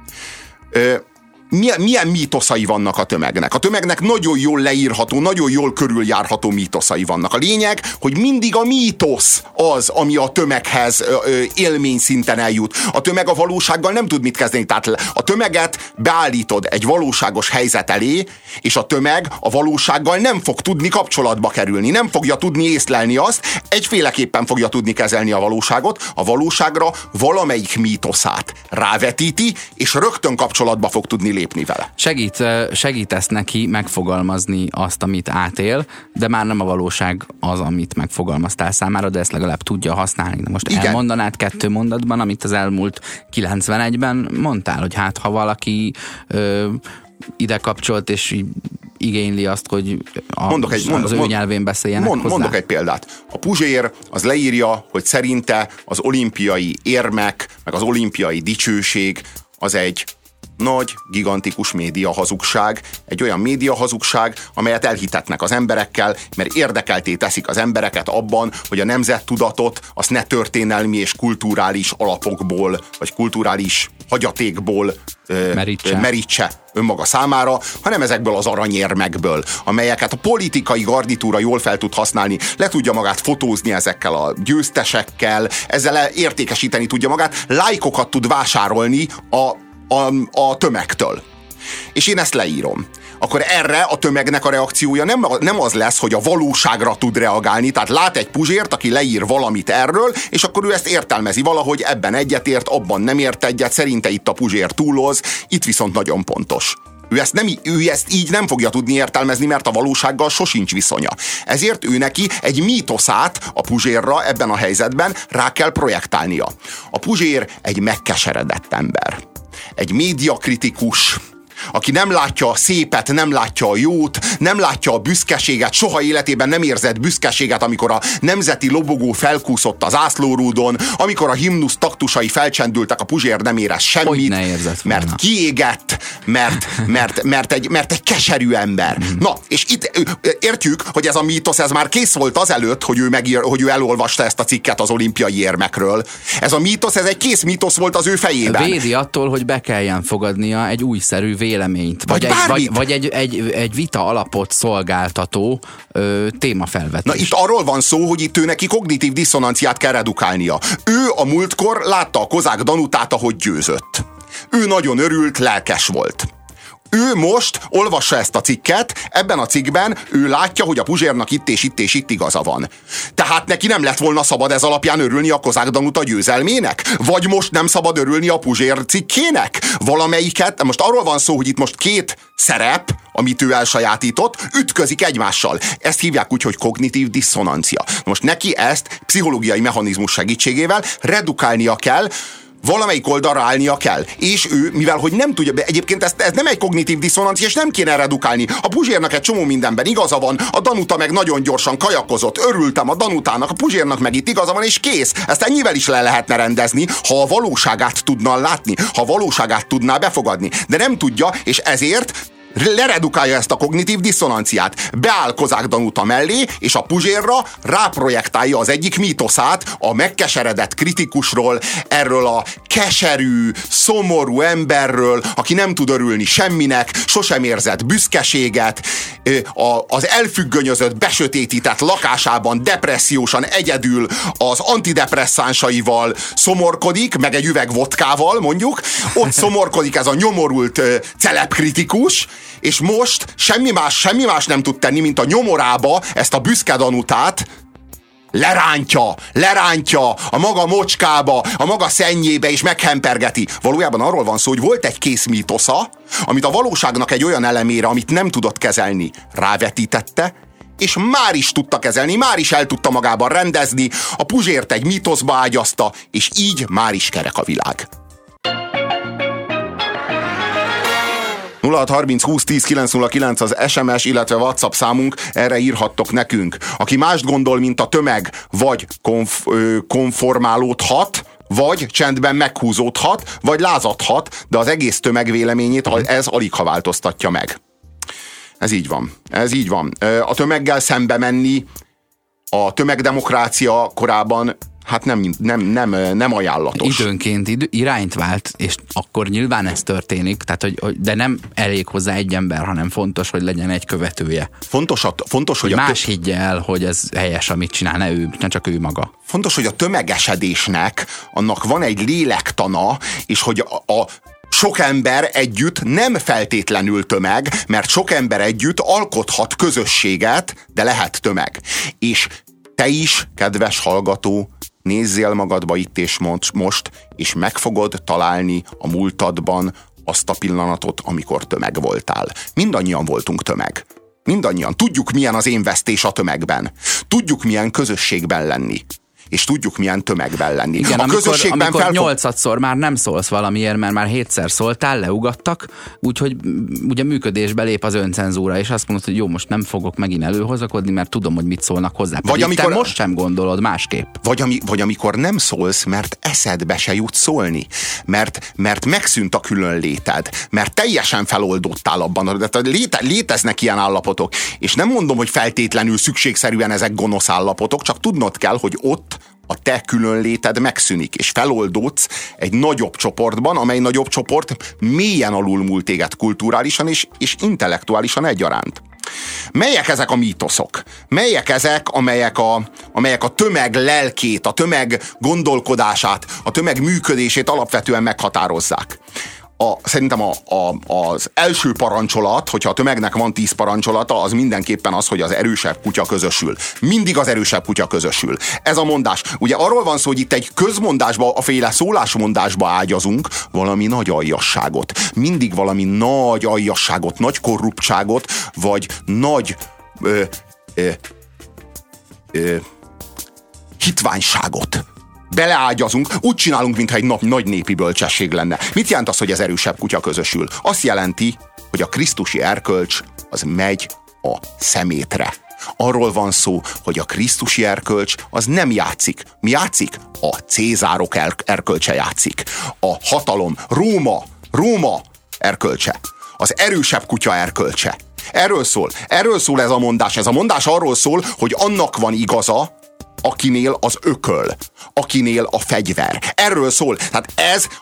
B: Milyen mítoszai vannak a tömegnek? A tömegnek nagyon jól leírható, nagyon jól körüljárható mítoszai vannak. A lényeg, hogy mindig a mítosz az, ami a tömeghez élményszinten eljut. A tömeg a valósággal nem tud mit kezdeni. Tehát a tömeget beállítod egy valóságos helyzet elé, és a tömeg a valósággal nem fog tudni kapcsolatba kerülni. Nem fogja tudni észlelni azt, egyféleképpen fogja tudni kezelni a valóságot. A valóságra valamelyik mítoszát rávetíti, és rögtön kapcsolatba fog tudni lépni vele.
C: Segítesz neki megfogalmazni azt, amit átél, de már nem a valóság az, amit megfogalmaztál számára, de ezt legalább tudja használni. De most igen. Elmondanád 2 mondatban, amit az elmúlt 91-ben mondtál, hogy hát ha valaki ide kapcsolt és igényli azt, hogy az ő nyelvén beszéljenek hozzá.
B: Mondok egy példát. A Puzsér az leírja, hogy szerinte az olimpiai érmek, meg az olimpiai dicsőség az egy nagy, gigantikus média hazugság, egy olyan média hazugság, amelyet elhitetnek az emberekkel, mert érdekelté teszik az embereket abban, hogy a nemzettudatot azt ne történelmi és kulturális alapokból, vagy kulturális hagyatékból merítse önmaga számára, hanem ezekből az aranyérmekből, amelyeket a politikai garnitúra jól fel tud használni, le tudja magát fotózni ezekkel a győztesekkel, ezzel értékesíteni tudja magát, lájkokat tud vásárolni a tömegtől. És én ezt leírom. akkor erre a tömegnek a reakciója nem az lesz, hogy a valóságra tud reagálni, tehát lát egy Puzsért, aki leír valamit erről, és akkor ő ezt értelmezi valahogy, ebben egyetért, abban nem ért egyet, szerinte itt a Puzsér túloz, itt viszont nagyon pontos. Ő ezt így nem fogja tudni értelmezni, mert a valósággal sosincs viszonya. Ezért ő neki egy mítoszát a Puzsérra ebben a helyzetben rá kell projektálnia. A Puzsér egy megkeseredett ember. Egy médiakritikus, aki nem látja a szépet, nem látja a jót, nem látja a büszkeséget, soha életében nem érzett büszkeséget, amikor a nemzeti lobogó felkúszott az zászlórúdon, amikor a himnusz taktusai felcsendültek, a Puzsér nem érez semmit, mert kiégett, mert egy keserű ember. Na, és itt értjük, hogy ez a mítosz, ez már kész volt azelőtt, hogy ő elolvasta ezt a cikket az olimpiai érmekről. Ez a mítosz, ez egy kész mítosz volt az ő fejében.
C: Védi attól, hogy be kelljen fogadnia egy újszerű véleményt, vagy egy vita alapot szolgáltató témafelvetés.
B: Na itt arról van szó, hogy itt ő neki kognitív diszonanciát kell redukálnia. Ő a múltkor látta a Kozák Danutát, ahogy győzött. Ő nagyon örült, lelkes volt. Ő most olvassa ezt a cikket, ebben a cikkben ő látja, hogy a Puzsérnak itt és itt és itt igaza van. Tehát neki nem lett volna szabad ez alapján örülni a Kozák Danuta győzelmének? Vagy most nem szabad örülni a Puzsér cikkének? Valamelyiket, most arról van szó, hogy itt most két szerep, amit ő elsajátított, ütközik egymással. Ezt hívják úgy, hogy kognitív diszonancia. Most neki ezt pszichológiai mechanizmus segítségével redukálnia kell, valamelyik oldalra állnia kell. És ő, mivel hogy nem tudja, egyébként ez nem egy kognitív diszonancia, és nem kéne redukálni. A Puzsérnak egy csomó mindenben igaza van, a Danuta meg nagyon gyorsan kajakozott, örültem a Danutának, a Puzsérnak meg itt igaza van, és kész. Ezt ennyivel is le lehetne rendezni, ha a valóságát tudna látni, ha a valóságát tudná befogadni. De nem tudja, és ezért leredukálja ezt a kognitív diszonanciát. Beáll Kozák Danuta mellé, és a Puzsérra ráprojektálja az egyik mítoszát a megkeseredett kritikusról, erről a keserű, szomorú emberről, aki nem tud örülni semminek, sosem érzett büszkeséget, az elfüggönyözött, besötétített lakásában depressziósan egyedül az antidepresszánsaival szomorkodik, meg egy üveg vodkával mondjuk, ott szomorkodik ez a nyomorult celebkritikus, és most semmi más nem tud tenni, mint a nyomorába ezt a büszke Danutát lerántja a maga mocskába, a maga szennyébe, és meghempergeti. Valójában arról van szó, hogy volt egy kész mítosza, amit a valóságnak egy olyan elemére, amit nem tudott kezelni, rávetítette, és már is tudta kezelni, már is el tudta magában rendezni, a Puzsért egy mítoszba ágyazta, és így már is kerek a világ. 0630 20 10 909 az SMS, illetve WhatsApp számunk, erre írhattok nekünk. Aki mást gondol, mint a tömeg, vagy konformálódhat, vagy csendben meghúzódhat, vagy lázadhat, de az egész tömeg véleményét ez aligha változtatja meg. Ez így van. A tömeggel szembe menni a tömegdemokrácia korában hát nem ajánlatos.
C: Időnként irányt vált, és akkor nyilván ez történik, tehát, de nem elég hozzá egy ember, hanem fontos, hogy legyen egy követője.
B: Fontos, hogy
C: más higgye el, hogy ez helyes, amit csinál, ne csak ő maga.
B: Fontos, hogy a tömegesedésnek annak van egy lélektana, és hogy a sok ember együtt nem feltétlenül tömeg, mert sok ember együtt alkothat közösséget, de lehet tömeg. És te is, kedves hallgató, nézzél magadba itt és most, és meg fogod találni a múltadban azt a pillanatot, amikor tömeg voltál. Mindannyian voltunk tömeg. Mindannyian. Tudjuk, milyen az én vesztés a tömegben. Tudjuk, milyen közösségben lenni. És tudjuk, milyen tömegben lenni.
C: Igen, amikor 8-szor már nem szólsz valamiért, mert már 7-szer szóltál, leugattak, úgyhogy ugye működésbe lép az öncenzúra, és azt mondod, hogy jó, most nem fogok megint előhozakodni, mert tudom, hogy mit szólnak hozzá.
B: Vagy amikor,
C: te most sem gondolod másképp.
B: Vagy amikor nem szólsz, mert eszedbe se jut szólni. Mert megszűnt a különléted. Mert teljesen feloldódtál abban. De léteznek ilyen állapotok. És nem mondom, hogy feltétlenül szükségszerűen ezek gonosz állapotok, csak tudnod kell, hogy ott a te különléted megszűnik, és feloldódsz egy nagyobb csoportban, amely nagyobb csoport mélyen alulmúl téged kulturálisan és intellektuálisan egyaránt. Melyek ezek a mítoszok? Melyek ezek, amelyek a tömeg lelkét, a tömeg gondolkodását, a tömeg működését alapvetően meghatározzák? Szerintem az első parancsolat, hogyha a tömegnek van 10 parancsolata, az mindenképpen az, hogy az erősebb kutya közösül. Mindig az erősebb kutya közösül. Ez a mondás. Ugye arról van szó, hogy itt egy közmondásba, a féle szólásmondásba ágyazunk valami nagy aljasságot. Mindig valami nagy aljasságot, nagy korruptságot, vagy nagy hitványságot beleágyazunk, úgy csinálunk, mintha egy nagy népi bölcsesség lenne. Mit jelent az, hogy ez erősebb kutya közösül? Azt jelenti, hogy a krisztusi erkölcs az megy a szemétre. Arról van szó, hogy a krisztusi erkölcs az nem játszik. Mi játszik? A Cézárok erkölcse játszik. A hatalom, Róma erkölcse. Az erősebb kutya erkölcse. Erről szól ez a mondás. Ez a mondás arról szól, hogy annak van igaza, akinél az ököl, akinél a fegyver. Erről szól. Tehát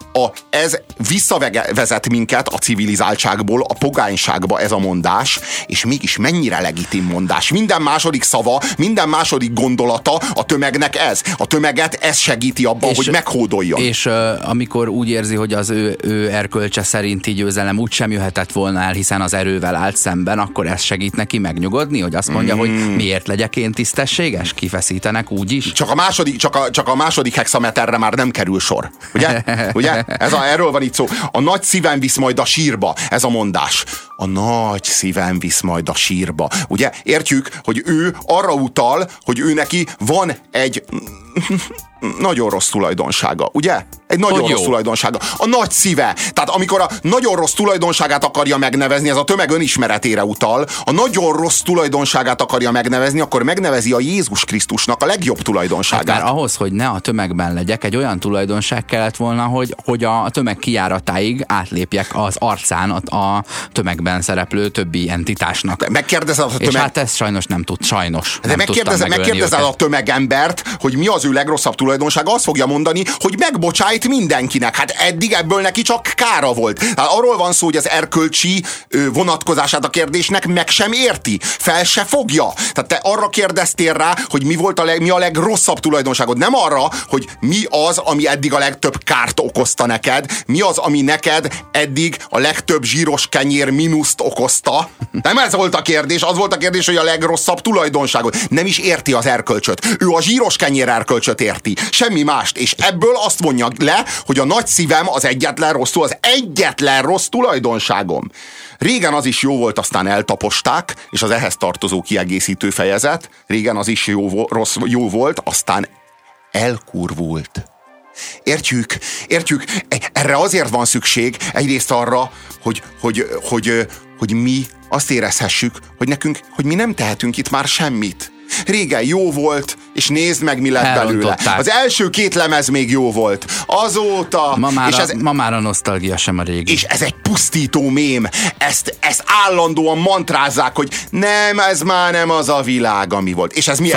B: ez visszavezet minket a civilizáltságból, a pogányságba ez a mondás, és mégis mennyire legitim mondás. Minden második szava, minden második gondolata a tömegnek ez. A tömeget ez segíti abban, hogy meghódoljon.
C: És amikor úgy érzi, hogy az ő erkölcse szerinti győzelem úgy sem jöhetett volna el, hiszen az erővel állt szemben, akkor ez segít neki megnyugodni, hogy azt mondja, hogy miért legyek én tisztességes? Kifeszítenek úgy is.
B: Csak a második hexameterre már nem kerül sor. Ugye? Erről van itt szó. A nagy szívem visz majd a sírba. Ez a mondás. A nagy szívem visz majd a sírba. Ugye? Értjük, hogy ő arra utal, hogy ő neki van egy nagyon rossz tulajdonsága, ugye? Egy nagyon rossz tulajdonsága. A nagy szíve. Tehát amikor a nagyon rossz tulajdonságát akarja megnevezni, ez a tömeg önismeretére utal, a nagyon rossz tulajdonságát akarja megnevezni, akkor megnevezi a Jézus Krisztusnak a legjobb tulajdonságát.
C: Hát már ahhoz, hogy ne a tömegben legyek, egy olyan tulajdonság kellett volna, hogy a tömeg kijáratáig átlépjek az arcán a tömegben szereplő többi entitásnak.
B: Megkérdezed a tömeg...
C: És hát ezt sajnos nem tud,
B: De megkérdezed a tömegembert, hogy mi az ő legrosszabb tulajdonsága, azt fogja mondani, hogy megbocsájt mindenkinek. Hát eddig ebből neki csak kára volt. Hát arról van szó, hogy az erkölcsi vonatkozását a kérdésnek meg sem érti. Fel se fogja. Tehát te arra kérdeztél rá, hogy mi a legrosszabb tulajdonságod. Nem arra, hogy mi az, ami eddig a legtöbb kárt okozta neked. Mi az, ami neked eddig a legtöbb zsíros kenyér mínuszt okozta. Nem ez volt a kérdés. Az volt a kérdés, hogy a legrosszabb tulajdonságod. Nem is érti az erkölcsöt. Ő a zsíros kenyér erkölcsöt érti. Semmi mást. És ebből azt mondja le, hogy a nagy szívem az egyetlen rossz tulajdonságom. Régen az is jó volt, aztán eltaposták, és az ehhez tartozó kiegészítő fejezet, régen az is jó volt, aztán elkurvult. Értjük? Erre azért van szükség, egyrészt arra, hogy mi azt érezhessük, hogy mi nem tehetünk itt már semmit. Régen jó volt, és nézd meg, mi lett belőle. Az első 2 lemez még jó volt. Azóta...
C: Ma már a nosztalgia sem a régi.
B: És ez egy pusztító mém. Ezt állandóan mantrázzák, hogy nem, ez már nem az a világ, ami volt. És ez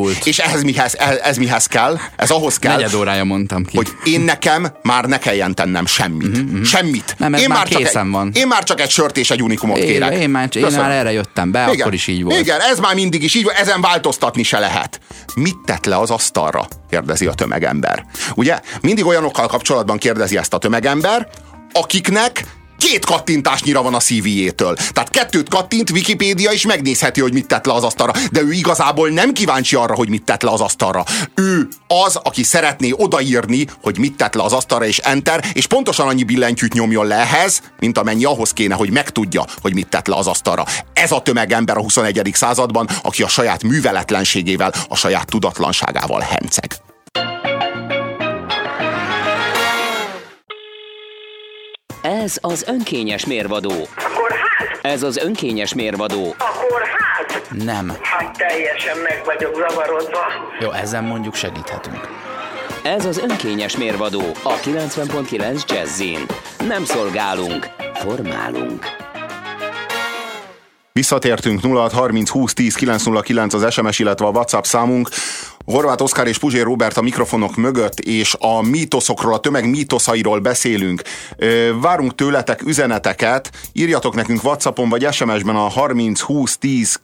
B: ez mihez kell? Ez ahhoz kell,
C: 4 órája mondtam ki,
B: hogy én nekem már ne kelljen tennem semmit. Semmit.
C: Nem, ez már készen van.
B: Én már csak egy sört és egy unikumot kérek.
C: Én már erre jöttem be, igen, akkor is így volt.
B: Igen, ez már mindig is így volt, ezen változtatni se lehet. Mit tett le az asztalra? Kérdezi a tömegember. Ugye? Mindig olyanokkal kapcsolatban kérdezi ezt a tömegember, akiknek 2 kattintásnyira van a CV-jétől. Tehát 2 kattint, Wikipédia is megnézheti, hogy mit tett le az asztalra. De ő igazából nem kíváncsi arra, hogy mit tett le az asztalra. Ő az, aki szeretné odaírni, hogy mit tett le az asztalra, és enter, és pontosan annyi billentyűt nyomjon le ehhez, mint amennyi ahhoz kéne, hogy megtudja, hogy mit tett le az asztalra. Ez a tömegember a 21. században, aki a saját műveletlenségével, a saját tudatlanságával henceg.
A: Ez az önkényes mérvadó.
F: Akkor hát?
A: Ez az önkényes mérvadó.
F: Akkor hát?
E: Nem.
F: Hát teljesen meg vagyok zavarodva.
E: Jó, ezen mondjuk segíthetünk.
A: Ez az önkényes mérvadó a 90.9 Jazzin. Nem szolgálunk, formálunk.
B: Visszatértünk. 0630 20 10 909 az SMS, illetve a WhatsApp számunk. Horváth Oszkár és Puzsér Róbert a mikrofonok mögött, és a mítoszokról, a tömeg mítoszairól beszélünk. Várunk tőletek üzeneteket, írjatok nekünk WhatsAppon vagy SMS-ben a 30 20 10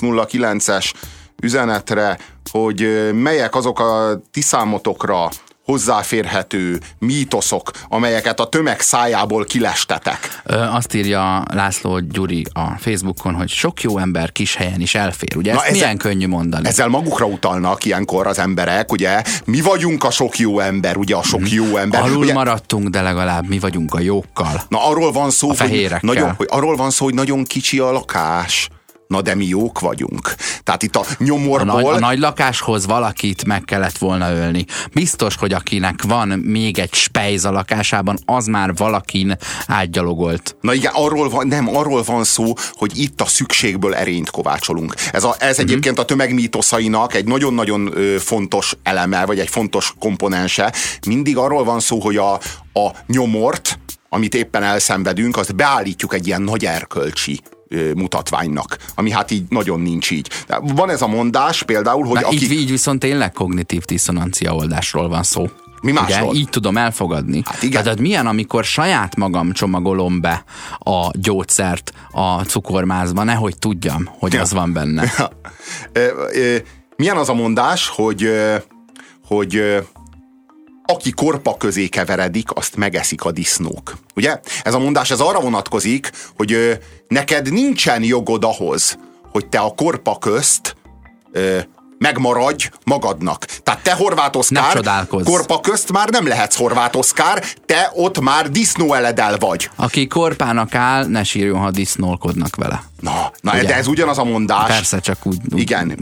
B: 909-es üzenetre, hogy melyek azok a ti számotokra hozzáférhető mítoszok, amelyeket a tömeg szájából kilestetek.
C: Azt írja László Gyuri a Facebookon, hogy sok jó ember kis helyen is elfér. Ugye ezt milyen könnyű mondani?
B: Ezzel magukra utalnak ilyenkor az emberek, ugye? Mi vagyunk a sok jó ember, ugye a sok jó ember.
C: Alul
B: ugye,
C: maradtunk, de legalább mi vagyunk a jókkal.
B: Na arról van szó,
C: arról
B: van szó, hogy nagyon kicsi a lakás. Na de mi jók vagyunk. Tehát itt a nyomorból...
C: A nagy lakáshoz valakit meg kellett volna ölni. Biztos, hogy akinek van még egy spejz a lakásában, az már valakin átgyalogolt.
B: Na igen, arról van szó, hogy itt a szükségből erényt kovácsolunk. Ez egyébként a tömegmítoszainak egy nagyon-nagyon fontos eleme, vagy egy fontos komponense. Mindig arról van szó, hogy a nyomort, amit éppen elszenvedünk, azt beállítjuk egy ilyen nagy erkölcsi mutatványnak, ami hát így nagyon nincs így. De van ez a mondás például, hogy
C: így viszont tényleg kognitív diszonancia oldásról van szó.
B: Mi másról?
C: Ugye? Így tudom elfogadni.
B: Hát igen.
C: Tehát milyen, amikor saját magam csomagolom be a gyógyszert a cukormázba, nehogy tudjam, hogy az van benne.
B: Milyen az a mondás, hogy aki korpa közé keveredik, azt megeszik a disznók. Ugye? Ez a mondás arra vonatkozik, hogy neked nincsen jogod ahhoz, hogy te a korpa közt megmaradj magadnak. Tehát te Horváth Oszkár, korpa közt már nem lehetsz Horváth Oszkár, te ott már disznóeledel vagy.
C: Aki korpának áll, ne sírjon, ha disznólkodnak vele.
B: Na de ez ugyanaz a mondás.
C: Persze, csak úgy.
B: Igen.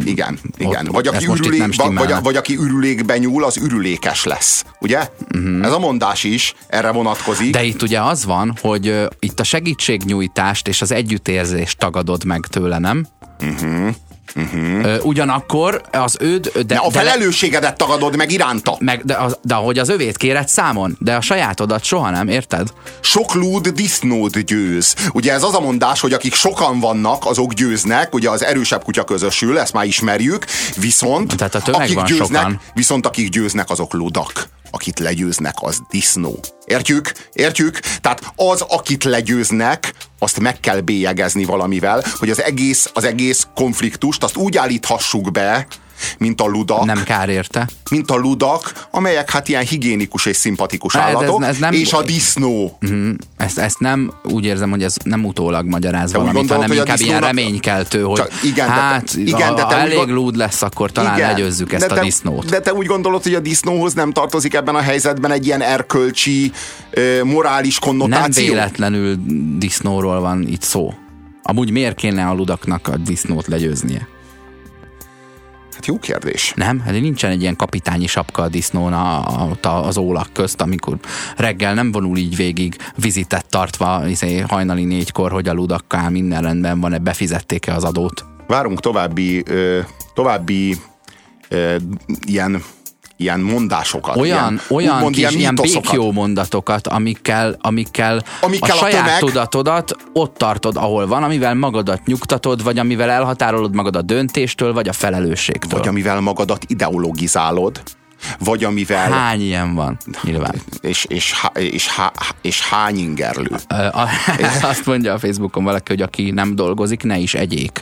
B: Vagy aki ürülékbe nyúl, az ürülékes lesz. Ugye? Ez a mondás is erre vonatkozik.
C: De itt ugye az van, hogy itt a segítségnyújtást és az együttérzést tagadod meg tőle, nem? Ugyanakkor az
B: de a felelősségedet tagadod meg iránta.
C: De ahogy az övét kéred számon, de a sajátodat soha nem, érted?
B: Sok lúd disznót győz. Ugye ez az a mondás, hogy akik sokan vannak, azok győznek, ugye az erősebb kutya közösül, ezt már ismerjük, viszont akik győznek, azok ludak. Akit legyőznek, az disznó. Értjük? Tehát az, akit legyőznek, azt meg kell bélyegezni valamivel, hogy az egész konfliktust azt úgy állíthassuk be, mint a ludak.
C: Nem kár érte.
B: Mint a ludak, amelyek hát ilyen higiénikus és szimpatikus állatok, ez nem, és a disznó.
C: Ezt nem, úgy érzem, hogy ez nem utólag magyaráz valamit, hanem inkább ilyen reménykeltő, hogy ha elég lúd lesz, akkor talán legyőzzük ezt a disznót.
B: De te úgy gondolod, hogy a disznóhoz nem tartozik ebben a helyzetben egy ilyen erkölcsi, morális konnotáció?
C: Nem véletlenül disznóról van itt szó. Amúgy miért kéne a ludaknak a disznót legyőznie?
B: Hát jó kérdés.
C: Nem? Hát nincsen egy ilyen kapitányi sapka a disznón az ólak közt, amikor reggel nem vonul így végig vizitet tartva hajnali 4-kor, hogy a ludakkal minden rendben van, befizették-e az adót.
B: Várunk további ilyen mondásokat.
C: Olyan kis ilyen békjó mondatokat, amikkel a saját tudatodat ott tartod, ahol van, amivel magadat nyugtatod, vagy amivel elhatárolod magad a döntéstől, vagy a felelősségtől.
B: Vagy amivel magadat ideologizálod, vagy amivel...
C: Hány ilyen van, nyilván.
B: És hány ingerlő.
C: Azt mondja a Facebookon valaki, hogy aki nem dolgozik, ne is egyék.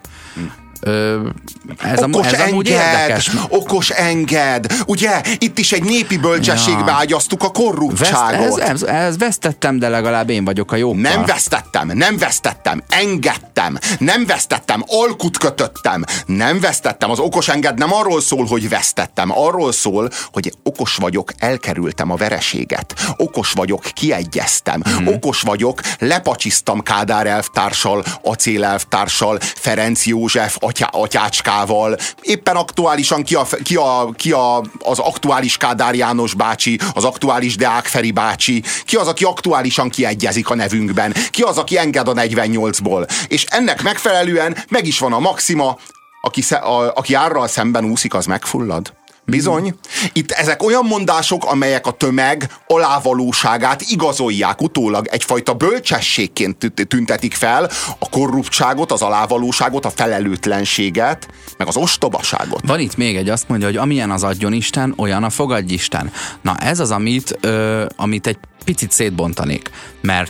C: Ez amúgy érdekes.
B: Okos enged. Ugye? Itt is egy népi bölcsességbe ágyaztuk a korruptságot.
C: Ez vesztettem, de legalább én vagyok a jókkal.
B: Nem vesztettem. Engedtem. Nem vesztettem. Alkut kötöttem. Nem vesztettem. Az okos enged nem arról szól, hogy vesztettem. Arról szól, hogy okos vagyok, elkerültem a vereséget. Okos vagyok, kiegyeztem. Okos vagyok, lepacsisztam Kádár elvtársal, Acél elvtársal, Ferenc József atyácskával, éppen aktuálisan ki az aktuális Kádár János bácsi, az aktuális Deák Feri bácsi, ki az, aki aktuálisan kiegyezik a nevünkben, ki az, aki enged a 48-ból. És ennek megfelelően meg is van a maxima, aki árral szemben úszik, az megfullad. Bizony. Itt ezek olyan mondások, amelyek a tömeg alávalóságát igazolják utólag, egyfajta bölcsességként tüntetik fel a korruptságot, az alávalóságot, a felelőtlenséget, meg az ostobaságot.
C: Van itt még egy, azt mondja, hogy amilyen az adjon Isten, olyan a fogadj Isten. Na ez az, amit egy picit szétbontanék, mert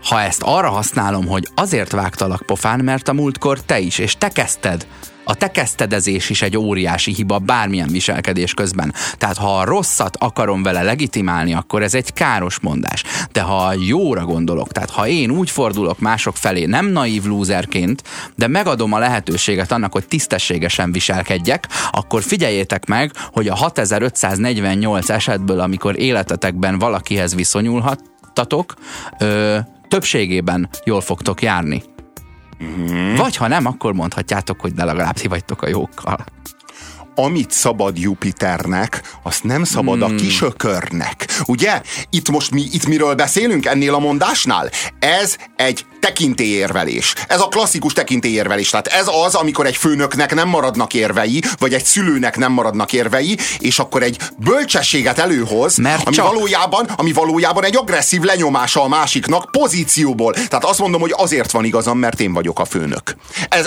C: ha ezt arra használom, hogy azért vágtalak pofán, mert a múltkor te is, és te kezdted. A te kezdedezés is egy óriási hiba bármilyen viselkedés közben. Tehát ha a rosszat akarom vele legitimálni, akkor ez egy káros mondás. De ha jóra gondolok, tehát ha én úgy fordulok mások felé, nem naív lúzerként, de megadom a lehetőséget annak, hogy tisztességesen viselkedjek, akkor figyeljétek meg, hogy a 6548 esetből, amikor életetekben valakihez viszonyulhattatok, többségében jól fogtok járni. Vagy ha nem, akkor mondhatjátok, hogy de legalább ti vagytok a jókkal.
B: Amit szabad Jupiternek, azt nem szabad a kisökörnek. Ugye? Itt miről beszélünk ennél a mondásnál? Ez egy tekintélyérvelés. Ez a klasszikus tekintélyérvelés. Tehát ez az, amikor egy főnöknek nem maradnak érvei, vagy egy szülőnek nem maradnak érvei, és akkor egy bölcsességet előhoz, ami valójában egy agresszív lenyomása a másiknak pozícióból. Tehát azt mondom, hogy azért van igazam, mert én vagyok a főnök.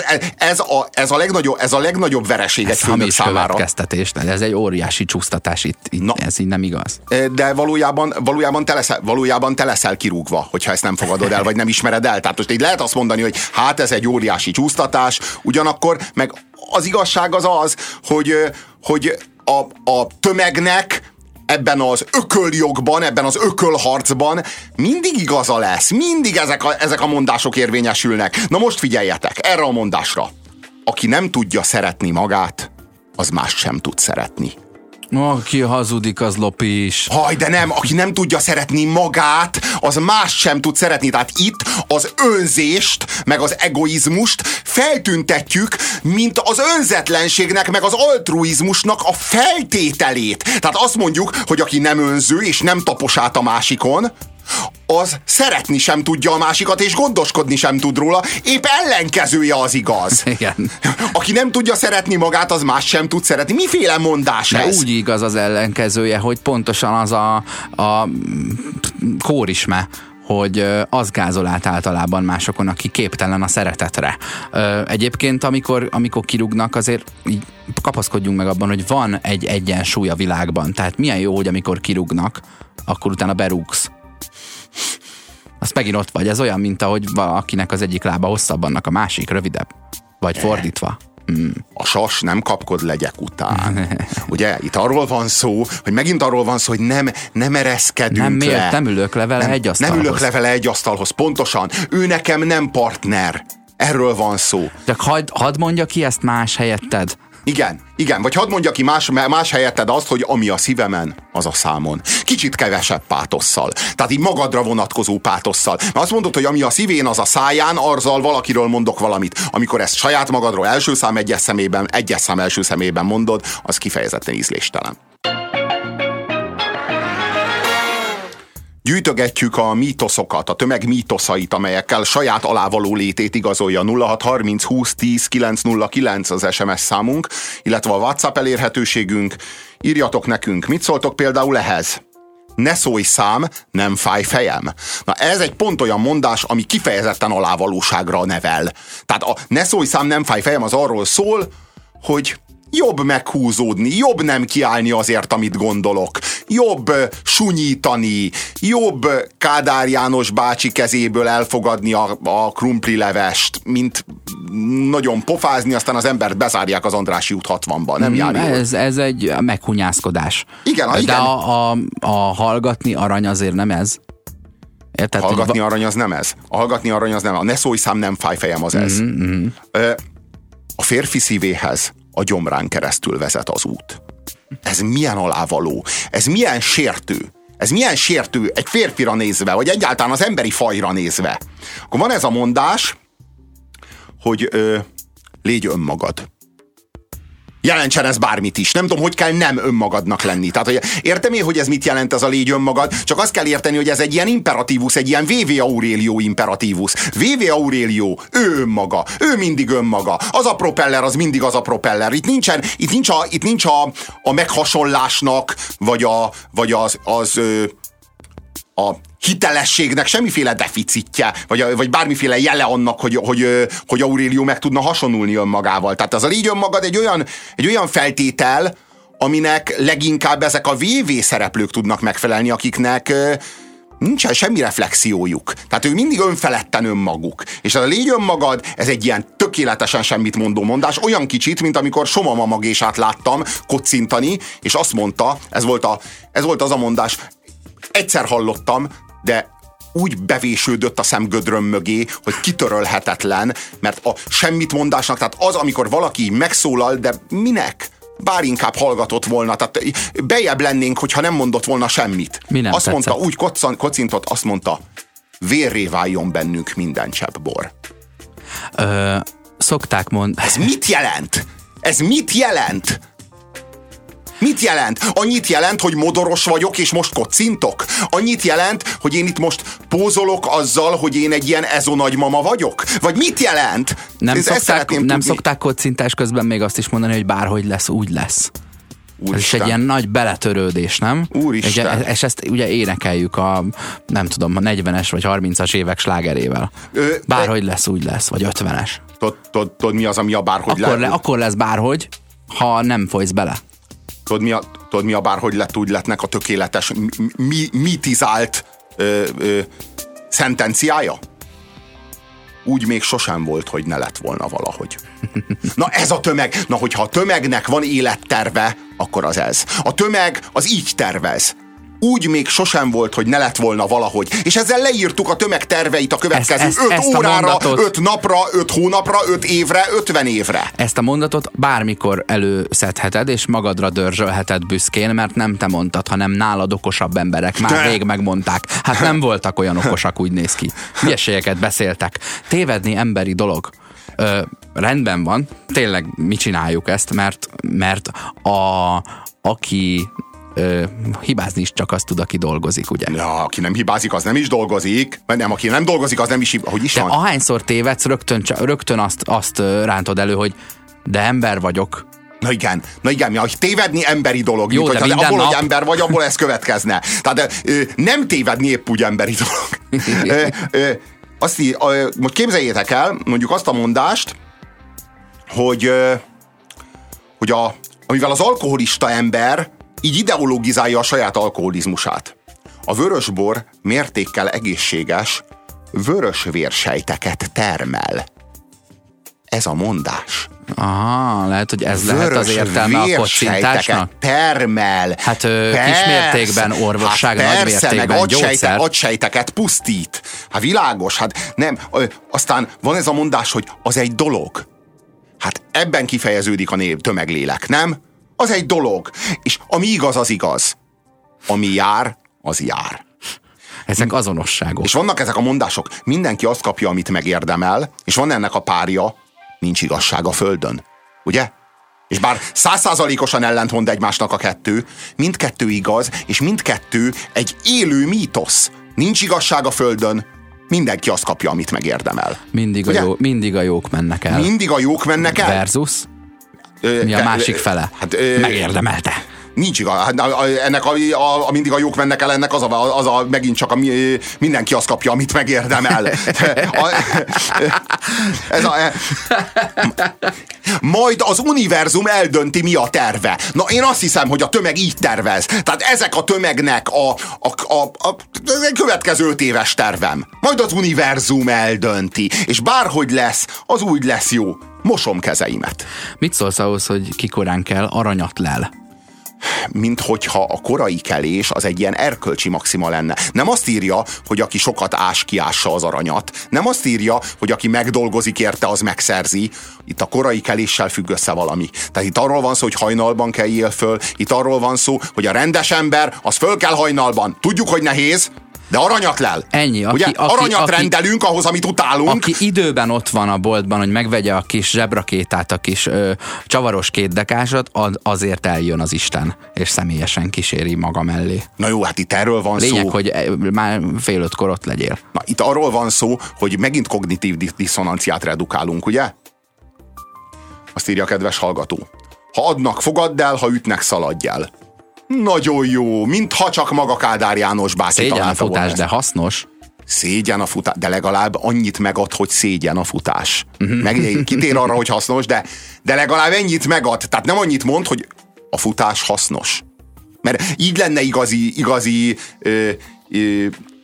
B: Ez a legnagyobb vereség egy főnök számára.
C: Ez egy óriási csúsztatás itt ez így nem igaz.
B: De valójában te leszel kirúgva, hogyha ezt nem fogadod el, vagy nem ismered el. Tehát most így lehet azt mondani, hogy hát ez egy óriási csúsztatás, ugyanakkor meg az igazság az, hogy a tömegnek ebben az ököljogban, ebben az ökölharcban mindig igaza lesz. Mindig ezek a mondások érvényesülnek. Na most figyeljetek erre a mondásra. Aki nem tudja szeretni magát, az mást sem tud szeretni.
C: Aki hazudik, az lopi is.
B: De nem, aki nem tudja szeretni magát, az mást sem tud szeretni. Tehát itt az önzést, meg az egoizmust feltüntetjük, mint az önzetlenségnek, meg az altruizmusnak a feltételét. Tehát azt mondjuk, hogy aki nem önző, és nem tapos át a másikon, az szeretni sem tudja a másikat, és gondoskodni sem tud róla, épp ellenkezője az igaz.
C: Igen.
B: Aki nem tudja szeretni magát, az más sem tud szeretni. Miféle mondás ez?
C: De úgy igaz az ellenkezője, hogy pontosan az a kórisme, hogy az gázol át általában másokon, aki képtelen a szeretetre. Egyébként, amikor kirúgnak, azért így kapaszkodjunk meg abban, hogy van egy egyensúly a világban. Tehát milyen jó, hogy amikor kirúgnak, akkor utána berúgsz. Azt megint ott vagy. Ez olyan, mint ahogy valakinek az egyik lába hosszabb, annak a másik rövidebb. Vagy fordítva.
B: A sas nem kapkod legyek után. Ugye, itt arról van szó, hogy megint arról van szó, hogy nem ereszkedünk le.
C: Nem ülök le vele egy asztalhoz.
B: Nem ülök le vele egy asztalhoz, pontosan. Ő nekem nem partner. Erről van szó.
C: Csak hadd mondja ki ezt más helyetted.
B: Igen, vagy hadd mondja ki más helyetted azt, hogy ami a szívemen, az a számon. Kicsit kevesebb pátosszal. Tehát így magadra vonatkozó pátosszal. Mert azt mondod, hogy ami a szívén, az a száján, azzal valakiről mondok valamit. Amikor ezt saját magadról egyes szám első szemében mondod, az kifejezetten ízléstelen. Gyűjtögetjük a mítoszokat, a tömeg mítoszait, amelyekkel saját alávaló létét igazolja. 0630 20 10 909 az SMS számunk, illetve a WhatsApp elérhetőségünk. Írjatok nekünk, mit szóltok például ehhez? Ne szólj szám, nem fáj fejem. Na ez egy pont olyan mondás, ami kifejezetten alávalóságra nevel. Tehát a ne szólj szám, nem fáj fejem az arról szól, hogy jobb meghúzódni, jobb nem kiállni azért, amit gondolok. Jobb sunyítani, jobb Kádár János bácsi kezéből elfogadni a krumplilevest, mint nagyon pofázni, aztán az embert bezárják az Andrássy út 60-ban. Nem jár jól. Ez egy meghunyászkodás. Igen.
C: De a hallgatni arany azért nem ez.
B: Érted? Hallgatni arany az nem ez. A ne szólj szám, nem fáj fejem az ez. A férfi szívéhez a gyomrán keresztül vezet az út. Ez milyen alávaló, ez milyen sértő egy férfira nézve, vagy egyáltalán az emberi fajra nézve. Akkor van ez a mondás, hogy légy önmagad. Jelentsen ez bármit is. Nem tudom, hogy kell nem önmagadnak lenni. Tehát, hogy értem én, hogy ez mit jelent ez a légy önmagad, csak azt kell érteni, hogy ez egy ilyen imperatívus, egy ilyen V.V. Aurelio imperatívus. V.V. Aurelio, ő önmaga, ő mindig önmaga. Az a propeller, az mindig az a propeller. Itt nincs a meghasonlásnak, vagy a hitelességnek semmiféle deficitje, vagy bármiféle jele annak, hogy Aurelio meg tudna hasonulni önmagával. Tehát az a légy önmagad egy olyan feltétel, aminek leginkább ezek a VV szereplők tudnak megfelelni, akiknek nincsen semmi reflexiójuk. Tehát ők mindig önfeledten önmaguk. És ez a légy önmagad, ez egy ilyen tökéletesen semmit mondó mondás, olyan kicsit, mint amikor Soma mamagésát láttam kocintani, és azt mondta, ez volt az a mondás, egyszer hallottam, de úgy bevésődött a szemgödröm mögé, hogy kitörölhetetlen, mert a semmit mondásnak, tehát az, amikor valaki megszólal, de minek? Bár inkább hallgatott volna, tehát bejebb lennénk, hogyha nem mondott volna semmit. Azt mondta, úgy kocintott, azt mondta, vérré váljon bennünk minden csepp bor.
C: Szokták mondani.
B: Ez mit jelent? Ez mit jelent? Mit jelent? Annyit jelent, hogy modoros vagyok, és most kocintok? Annyit jelent, hogy én itt most pózolok azzal, hogy én egy ilyen ezonagy-mama vagyok? Vagy mit jelent?
C: Nem szokták kocintás közben még azt is mondani, hogy bárhogy lesz, úgy lesz. Úristen. Ez is egy ilyen nagy beletörődés, nem?
B: Úristen.
C: És ezt ugye énekeljük a 40-es vagy 30-as évek slágerével. Bárhogy lesz, úgy lesz, vagy 50-es.
B: Tudod mi az, ami a bárhogy lesz?
C: Akkor lesz bárhogy, ha nem folysz bele.
B: Tudod mi a bárhogy lett, úgy lettnek a tökéletes, mitizált szentenciája? Úgy még sosem volt, hogy ne lett volna valahogy. Na ez a tömeg. Na hogyha a tömegnek van életterve, akkor az ez. A tömeg az így tervez. Úgy még sosem volt, hogy ne lett volna valahogy. És ezzel leírtuk a tömeg terveit a következő 5 órára, 5 napra, 5 hónapra, 5 évre, 50 évre.
C: Ezt a mondatot bármikor előszedheted, és magadra dörzsölheted büszkén, mert nem te mondtad, hanem nálad okosabb emberek már rég megmondták. Hát nem voltak olyan okosak, úgy néz ki. Hülyeségeket beszéltek. Tévedni emberi dolog. Rendben van, tényleg mi csináljuk ezt, mert aki hibázni is csak azt tud, aki dolgozik, ugye?
B: Ja, aki nem hibázik, az nem is dolgozik. Nem, aki nem dolgozik, az nem is hogy is
C: de
B: van?
C: Ahányszor tévedsz, rögtön azt rántod elő, hogy de ember vagyok.
B: Na igen, hogy tévedni emberi dolog.
C: Jó,
B: mint,
C: de
B: abból,
C: nap...
B: hogy ember vagy, abból ez következne. Tehát nem tévedni épp úgy emberi dolog. Most képzeljétek el, mondjuk azt a mondást, hogy amivel az alkoholista ember így ideologizálja a saját alkoholizmusát. A vörösbor mértékkel egészséges vörös vérsejteket termel. Ez a mondás.
C: Aha, lehet, hogy ez lehet az értelme a kocintásnak?
B: Termel.
C: Hát kismértékben orvosság, nagymértékben gyógyszer.
B: Agysejteket pusztít. Hát világos, hát nem. Aztán van ez a mondás, hogy az egy dolog. Hát ebben kifejeződik a tömeglélek, nem? Az egy dolog. És ami igaz, az igaz. Ami jár, az jár.
C: Ezek azonosságok.
B: És vannak ezek a mondások. Mindenki azt kapja, amit megérdemel, és van ennek a párja, nincs igazság a földön. Ugye? És bár 100%-osan ellentmond egymásnak a kettő, mindkettő igaz, és mindkettő egy élő mítosz. Nincs igazság a földön, mindenki azt kapja, amit megérdemel.
C: Mindig a jók mennek el.
B: Mindig a jók mennek el.
C: Versus? Mi a másik fele? Megérdemelte.
B: Nincs igaz. Ennek a mindig a jók mennek el, ennek az a megint csak mindenki azt kapja, amit megérdemel. Majd az univerzum eldönti, mi a terve. Na, én azt hiszem, hogy a tömeg így tervez. Tehát ezek a tömegnek a következő 5 éves tervem. Majd az univerzum eldönti. És bárhogy lesz, az úgy lesz jó. Mosom kezeimet.
C: Mit szólsz ahhoz, hogy kikorán kell, aranyat lel?
B: Mint hogyha a korai kelés az egy ilyen erkölcsi maxima lenne. Nem azt írja, hogy aki sokat ás, kiássa az aranyat. Nem azt írja, hogy aki megdolgozik érte, az megszerzi. Itt a korai keléssel függ össze valami. Tehát itt arról van szó, hogy hajnalban keljél föl. Itt arról van szó, hogy a rendes ember, az föl kell hajnalban. Tudjuk, hogy nehéz, de aranyat lel.
C: Ennyi.
B: Aranyat rendelünk ahhoz, amit utálunk.
C: Aki időben ott van a boltban, hogy megvegye a kis zsebrakétát, a kis csavaros kétdekásat, azért eljön az Isten, és személyesen kíséri maga mellé.
B: Na jó, hát itt erről van
C: Lényeg,
B: szó.
C: hogy már 4:30 ott legyél.
B: Na, itt arról van szó, hogy megint kognitív diszonanciát redukálunk, ugye? Azt írja a kedves hallgató. Ha adnak, fogadd el, ha ütnek, szaladj el. Nagyon jó, mintha csak maga Kádár János bácsi
C: szégyen
B: találta
C: a futás,
B: volna.
C: de hasznos.
B: Szégyen a futás, de legalább annyit megad, hogy szégyen a futás. Kitér arra, hogy hasznos, de legalább ennyit megad. Tehát nem annyit mond, hogy a futás hasznos. Mert így lenne igazi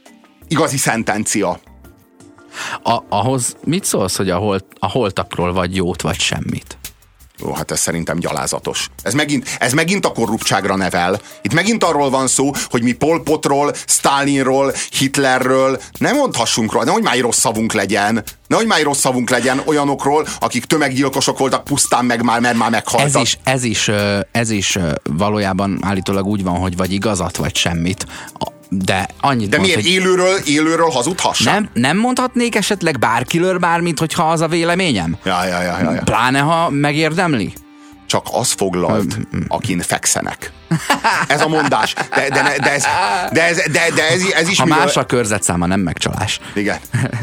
B: Igazi szentencia.
C: Ahhoz mit szólsz, hogy a holtakról vagy jót, vagy semmit?
B: Jó, hát ez szerintem gyalázatos. Ez megint a korruptságra nevel. Itt megint arról van szó, hogy mi Pol Potról, Stalinról, Hitlerről nem mondhassunk róla, nehogy már rossz szavunk legyen olyanokról, akik tömeggyilkosok voltak pusztán mert már meghaltak.
C: Ez is valójában állítólag úgy van, hogy vagy igazat, vagy semmit. De
B: miért hogy élőről hazudhassam?
C: Nem mondhatnék esetleg bárkiről bármit, hogyha az a véleményem?
B: Ja.
C: Pláne, ha megérdemli?
B: Csak az foglalt, akin fekszenek. Ez a mondás. De ez is...
C: Ha más a körzetszáma, nem megcsalás.
B: Igen.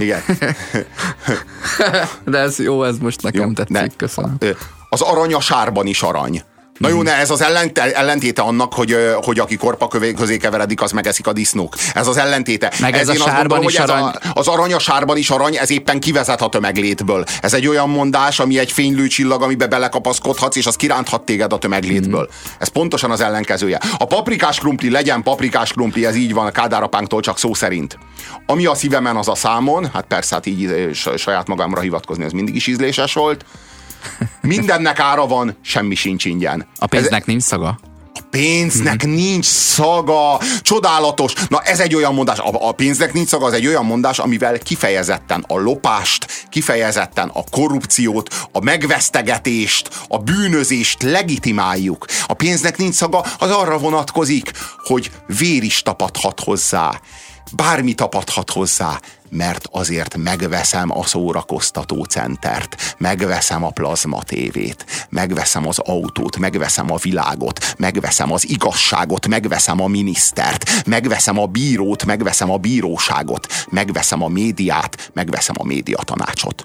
C: De ez jó, ez most nekem tetszik. Köszönöm.
B: Az arany a sárban is arany. Na jó, ez az ellentéte annak, hogy aki korpa közé keveredik, az megeszik a disznók. Ez az ellentéte.
C: Meg ez a sárban is arany.
B: Az arany a sárban is arany, ez éppen kivezet a tömeglétből. Ez egy olyan mondás, ami egy fénylő csillag, amiben belekapaszkodhatsz, és az kiránthat téged a tömeglétből. Ez pontosan az ellenkezője. A paprikás krumpli legyen paprikás krumpli, ez így van a Kádár apánktól, csak szó szerint. Ami a szívemen, az a számon, hát persze, hát így saját magamra hivatkozni, ez mindig is ízléses volt. Mindennek ára van, semmi sincs ingyen.
C: A pénznek nincs szaga?
B: A pénznek nincs szaga. Csodálatos. Na ez egy olyan mondás. A pénznek nincs szaga, az egy olyan mondás, amivel kifejezetten a lopást, kifejezetten a korrupciót, a megvesztegetést, a bűnözést legitimáljuk. A pénznek nincs szaga, az arra vonatkozik, hogy vér is tapadhat hozzá. Bármi tapadhat hozzá, mert azért megveszem a szórakoztató centert, megveszem a plazma tévét, megveszem az autót, megveszem a világot, megveszem az igazságot, megveszem a minisztert, megveszem a bírót, megveszem a bíróságot, megveszem a médiát, megveszem a médiatanácsot.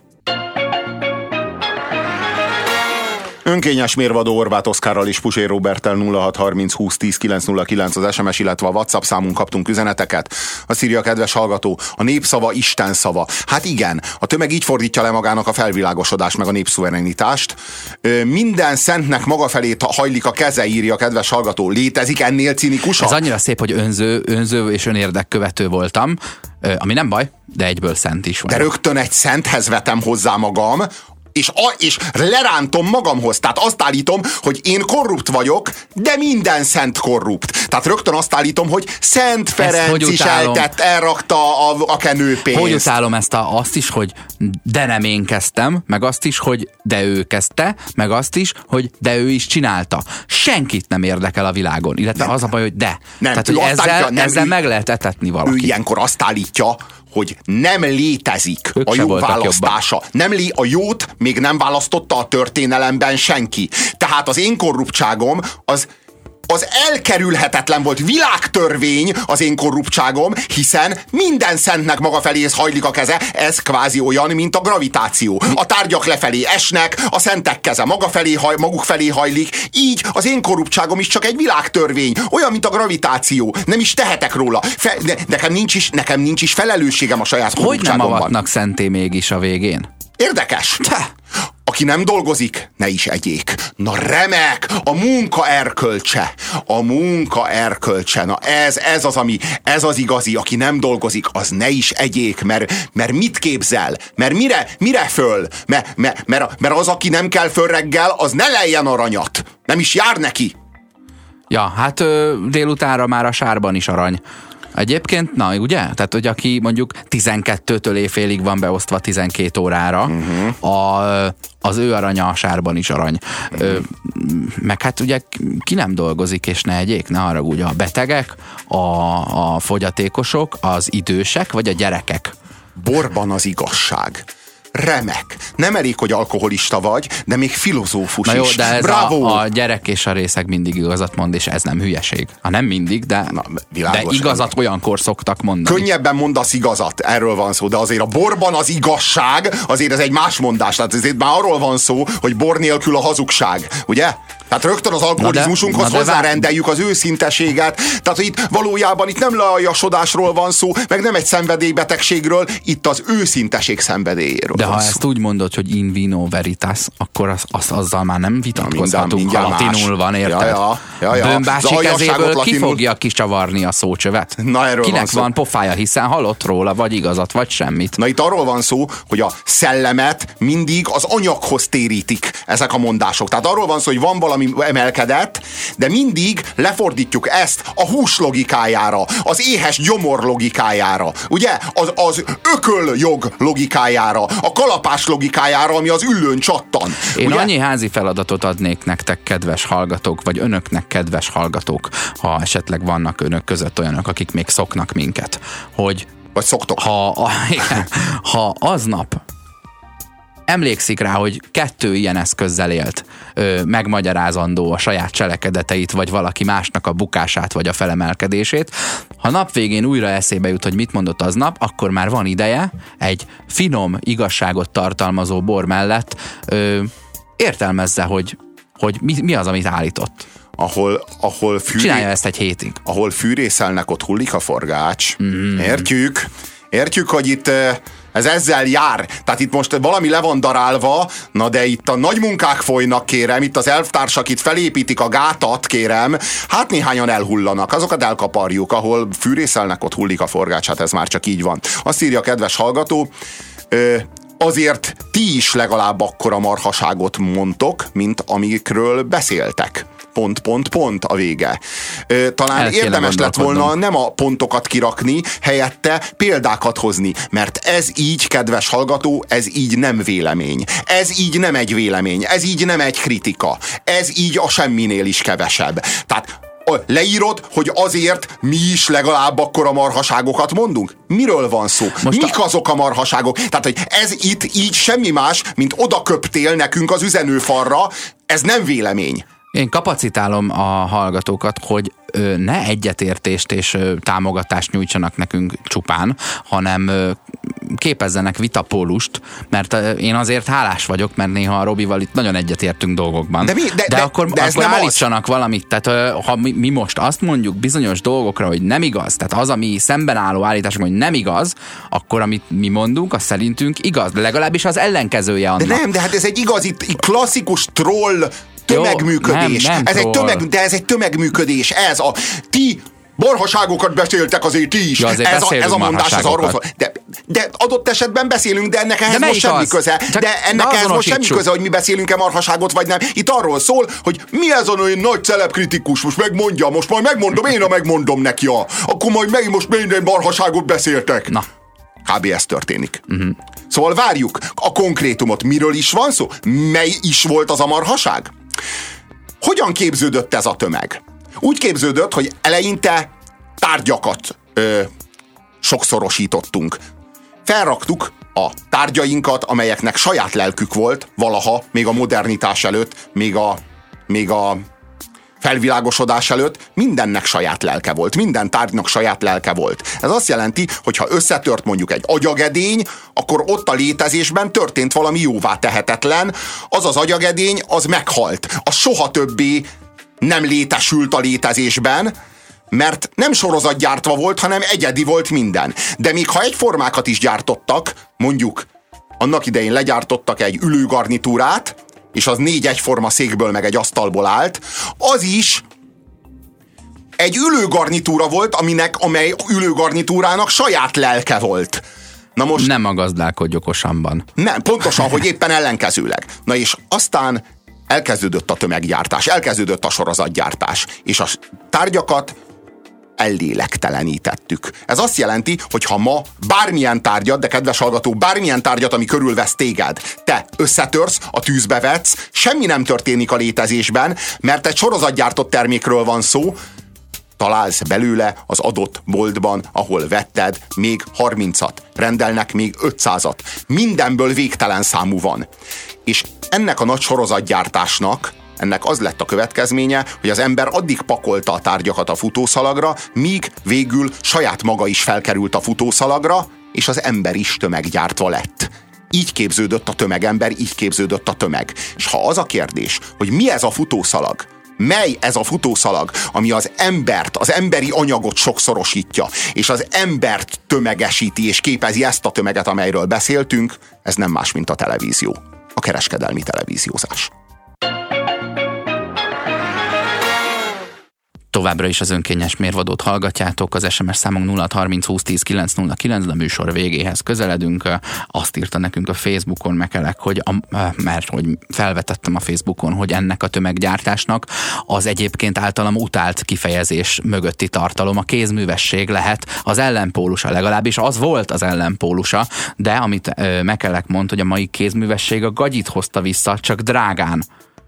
B: Önkényes mérvadó Horváth Oszkárral és Puzsér Róberttel 0630 20 10 909 az SMS, illetve a WhatsApp számunk kaptunk üzeneteket. Azt írja a kedves hallgató, a népszava Isten szava. Hát igen, a tömeg így fordítja le magának a felvilágosodást meg a népszuverenitást. Minden szentnek maga felé hajlik a keze, írja a kedves hallgató. Létezik ennél cinikusabb?
C: Ez annyira szép, hogy önző és önérdekkövető voltam, ami nem baj, de egyből szent is van.
B: De rögtön egy szenthez vetem hozzá magam, és lerántom magamhoz. Tehát azt állítom, hogy én korrupt vagyok, de minden szent korrupt. Tehát rögtön azt állítom, hogy Szent Ferenc is elrakta a kenőpénzt.
C: Hogy utálom azt is, hogy de nem én kezdtem, meg azt is, hogy de ő kezdte, meg azt is, hogy de ő is csinálta. Senkit nem érdekel a világon. Illetve nem, az a baj, hogy de.
B: Nem,
C: tehát, hogy ezzel meg lehet etetni valakit.
B: Ő ilyenkor azt állítja, hogy nem létezik a jó választása. A jót még nem választotta a történelemben senki. Tehát az én korruptságom az elkerülhetetlen volt, világtörvény az én korruptságom, hiszen minden szentnek maga felé hajlik a keze, ez kvázi olyan, mint a gravitáció. A tárgyak lefelé esnek, a szentek keze maguk felé hajlik, így az én korruptságom is csak egy világtörvény, olyan, mint a gravitáció. Nem is tehetek róla. Nekem nincs is felelősségem a saját korruptságomban.
C: Hogy nem avatnak szenté mégis a végén?
B: Érdekes. Aki nem dolgozik, ne is egyék. Na remek! A munka erkölcse. A munka erkölcse. Na ez az igazi. Aki nem dolgozik, az ne is egyék, mert mit képzel? Mert mire föl? Mert az, aki nem kell föl reggel, az ne lejjen aranyat. Nem is jár neki.
C: Ja, hát délutánra már a sárban is arany. Egyébként, na ugye? Tehát, hogy aki mondjuk 12-től éjfélig van beosztva 12 órára, az ő aranya a sárban is arany. Meg hát ugye ki nem dolgozik és ne egyék, ne haragudj, a betegek, a fogyatékosok, az idősek vagy a gyerekek.
B: Borban az igazság. Remek. Nem elég, hogy alkoholista vagy, de még filozófus is.
C: Na jó, de ez
B: bravo!
C: A gyerek és a részeg mindig igazat mond, és ez nem hülyeség. Ha nem mindig, de igazat olyankor szoktak mondani.
B: Könnyebben mondasz igazat, erről van szó, de azért a borban az igazság, azért ez egy más mondás. Tehát azért már arról van szó, hogy bor nélkül a hazugság, ugye? Tehát rögtön az alkoholizmusunkhoz hozzárendeljük az őszinteséget. Tehát itt valójában itt nem lealjasodásról van szó, meg nem egy szenvedélybetegségről, itt az őszinteség szenvedélyéről.
C: De
B: van
C: ha
B: szó.
C: ezt úgy mondod, hogy in vino veritas, akkor azzal már nem vitatkozhatunk, ha latinul van, érted? Bömbácsi kezéből ki fogja kicsavarni a szócsövet?
B: Na, erről
C: kinek
B: van
C: van pofája, hiszen hallott róla, vagy igazat, vagy semmit.
B: Na itt arról van szó, hogy a szellemet mindig az anyaghoz térítik ezek a mondások. Tehát arról van szó, hogy van valami emelkedett, de mindig lefordítjuk ezt a hús logikájára, az éhes gyomor logikájára, ugye? Az ököljog logikájára, a kalapás logikájára, ami az üllőn csattan.
C: Én
B: ugye?
C: annyi házi feladatot adnék nektek, kedves hallgatók, vagy önöknek, kedves hallgatók, ha esetleg vannak önök között olyanok, akik még szoknak minket, hogy
B: vagy szoktok.
C: Ha aznap emlékszik rá, hogy 2 ilyen eszközzel élt, megmagyarázandó a saját cselekedeteit, vagy valaki másnak a bukását, vagy a felemelkedését. Ha nap végén újra eszébe jut, hogy mit mondott aznap, akkor már van ideje egy finom, igazságot tartalmazó bor mellett értelmezze, hogy mi az, amit állított.
B: Csinálja
C: ezt egy hétig.
B: Ahol fűrészelnek, ott hullik a forgács. Értjük, hogy itt ez ezzel jár. Tehát itt most valami le van darálva, na de itt a nagy munkák folynak, kérem, itt az elvtársak itt felépítik a gátat, kérem, hát néhányan elhullanak, azokat elkaparjuk, ahol fűrészelnek, ott hullik a forgács, hát ez már csak így van. Azt írja a kedves hallgató, azért ti is legalább akkora marhaságot mondtok, mint amikről beszéltek. ... a vége. Talán érdemes lett volna nem a pontokat kirakni, helyette példákat hozni, mert ez így, kedves hallgató, ez így nem vélemény. Ez így nem egy vélemény, ez így nem egy kritika. Ez így a semminél is kevesebb. Tehát leírod, hogy azért mi is legalább akkora marhaságokat mondunk? Miről van szó? Mik azok a marhaságok? Tehát, hogy ez itt így semmi más, mint oda köptél nekünk az üzenőfalra, ez nem vélemény.
C: Én kapacitálom a hallgatókat, hogy ne egyetértést és támogatást nyújtsanak nekünk csupán, hanem képezzenek vitapólust, mert én azért hálás vagyok, mert néha a Robival itt nagyon egyetértünk dolgokban. De akkor állítsanak valamit, tehát ha mi most azt mondjuk bizonyos dolgokra, hogy nem igaz, tehát az, ami szemben álló állításunk, hogy nem igaz, akkor amit mi mondunk, az szerintünk igaz, de legalábbis az ellenkezője annak.
B: De nem, de hát ez egy igazi, klasszikus troll tömegműködés.
C: Jó, nem
B: ez egy tömegműködés. Ez a ti marhaságokat beszéltek azért ti is.
C: Ja,
B: ez a mondás az arról szól. De adott esetben beszélünk, de ennek ehhez most semmi köze. Ehhez most semmi köze, hogy mi beszélünk-e marhaságot, vagy nem. Itt arról szól, hogy mi ez a nagy celebkritikus, most megmondja, most majd megmondom, én megmondom neki. Akkor majd most minden marhaságot beszéltek.
C: Na.
B: Kb. Ez történik. Szóval várjuk a konkrétumot. Miről is van szó? Mely is volt az a marhaság? Hogyan képződött ez a tömeg? Úgy képződött, hogy eleinte tárgyakat sokszorosítottunk. Felraktuk a tárgyainkat, amelyeknek saját lelkük volt valaha, még a modernitás előtt, még a felvilágosodás előtt, mindennek saját lelke volt, minden tárgynak saját lelke volt. Ez azt jelenti, hogy ha összetört mondjuk egy agyagedény, akkor ott a létezésben történt valami jóvá tehetetlen, az agyagedény, az meghalt. Az soha többé nem létesült a létezésben, mert nem sorozatgyártva volt, hanem egyedi volt minden. De még ha egyformákat is gyártottak, mondjuk annak idején legyártottak egy ülőgarnitúrát, és az 4 egyforma székből meg egy asztalból állt, az is egy ülőgarnitúra volt, amely ülőgarnitúrának saját lelke volt. Na most,
C: nem a gazdálkodj okosanban.
B: Nem, pontosan, hogy éppen ellenkezőleg. Na és aztán elkezdődött a tömeggyártás, elkezdődött a sorozatgyártás, és a tárgyakat ellélektelenítettük. Ez azt jelenti, hogy ha ma bármilyen tárgyat, de kedves hallgató, bármilyen tárgyat, ami körülvesz téged, te összetörsz, a tűzbe vetsz, semmi nem történik a létezésben, mert egy sorozatgyártott termékről van szó, találsz belőle az adott boltban, ahol vetted, még 30-at, rendelnek még 500-at. Mindenből végtelen számú van. És ennek a nagy sorozatgyártásnak ennek az lett a következménye, hogy az ember addig pakolta a tárgyakat a futószalagra, míg végül saját maga is felkerült a futószalagra, és az ember is tömeggyártva lett. Így képződött a tömegember, így képződött a tömeg. És ha az a kérdés, hogy mi ez a futószalag, mely ez a futószalag, ami az embert, az emberi anyagot sokszorosítja, és az embert tömegesíti, és képezi ezt a tömeget, amelyről beszéltünk, ez nem más, mint a televízió. A kereskedelmi televíziózás.
C: Továbbra is az önkényes mérvadót hallgatjátok, az SMS számunk 0630 20 10 909, de a műsor végéhez közeledünk. Azt írta nekünk a Facebookon Mekelek, mert hogy felvetettem a Facebookon, hogy ennek a tömeggyártásnak az egyébként általam utált kifejezés mögötti tartalom, a kézművesség lehet az ellenpólusa, legalábbis az volt az ellenpólusa, de amit Mekelek mond, hogy a mai kézművesség a gagyit hozta vissza, csak drágán.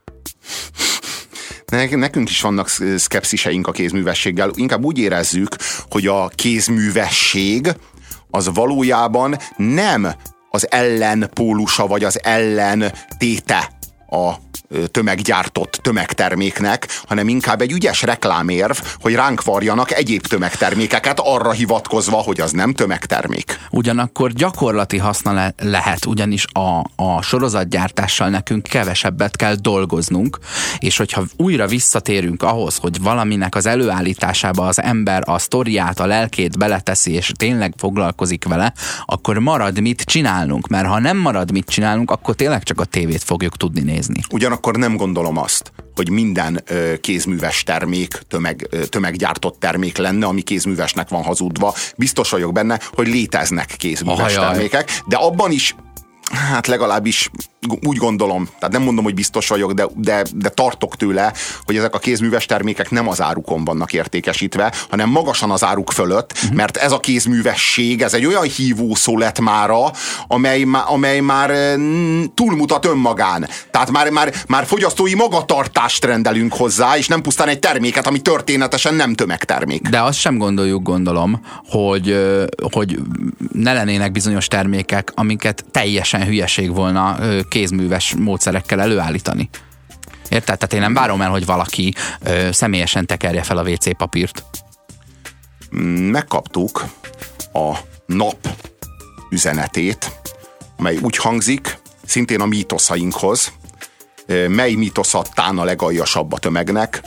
B: Nekünk is vannak szkepsziseink a kézművességgel. Inkább úgy érezzük, hogy a kézművesség az valójában nem az ellenpólusa vagy az ellentéte a tömeggyártott tömegterméknek, hanem inkább egy ügyes reklámérv, hogy ránk varjanak egyéb tömegtermékeket arra hivatkozva, hogy az nem tömegtermék.
C: Ugyanakkor gyakorlati haszna lehet, ugyanis a sorozatgyártással nekünk kevesebbet kell dolgoznunk, és hogyha újra visszatérünk ahhoz, hogy valaminek az előállításába az ember a sztoriát, a lelkét beleteszi, és tényleg foglalkozik vele, akkor marad mit csinálnunk, mert ha nem marad mit csinálnunk, akkor tényleg csak a tévét fogjuk tudni nézni.
B: Ugyanakkor nem gondolom azt, hogy minden kézműves termék tömeggyártott termék lenne, ami kézművesnek van hazudva. Biztos vagyok benne, hogy léteznek kézműves termékek, de abban is, hát legalábbis úgy gondolom, tehát nem mondom, hogy biztos vagyok, de tartok tőle, hogy ezek a kézműves termékek nem az árukon vannak értékesítve, hanem magasan az áruk fölött, mert ez a kézművesség, ez egy olyan hívószó lett mára, amely már túlmutat önmagán. Tehát már fogyasztói magatartást rendelünk hozzá, és nem pusztán egy terméket, ami történetesen nem tömegtermék.
C: De azt sem gondolom, hogy ne lennének bizonyos termékek, amiket teljesen hülyeség volna kézműves módszerekkel előállítani. Érted? Tehát én nem várom el, hogy valaki személyesen tekerje fel a WC papírt.
B: Megkaptuk a nap üzenetét, amely úgy hangzik, szintén a mítoszainkhoz, mely mítoszatán a legaljasabb a tömegnek.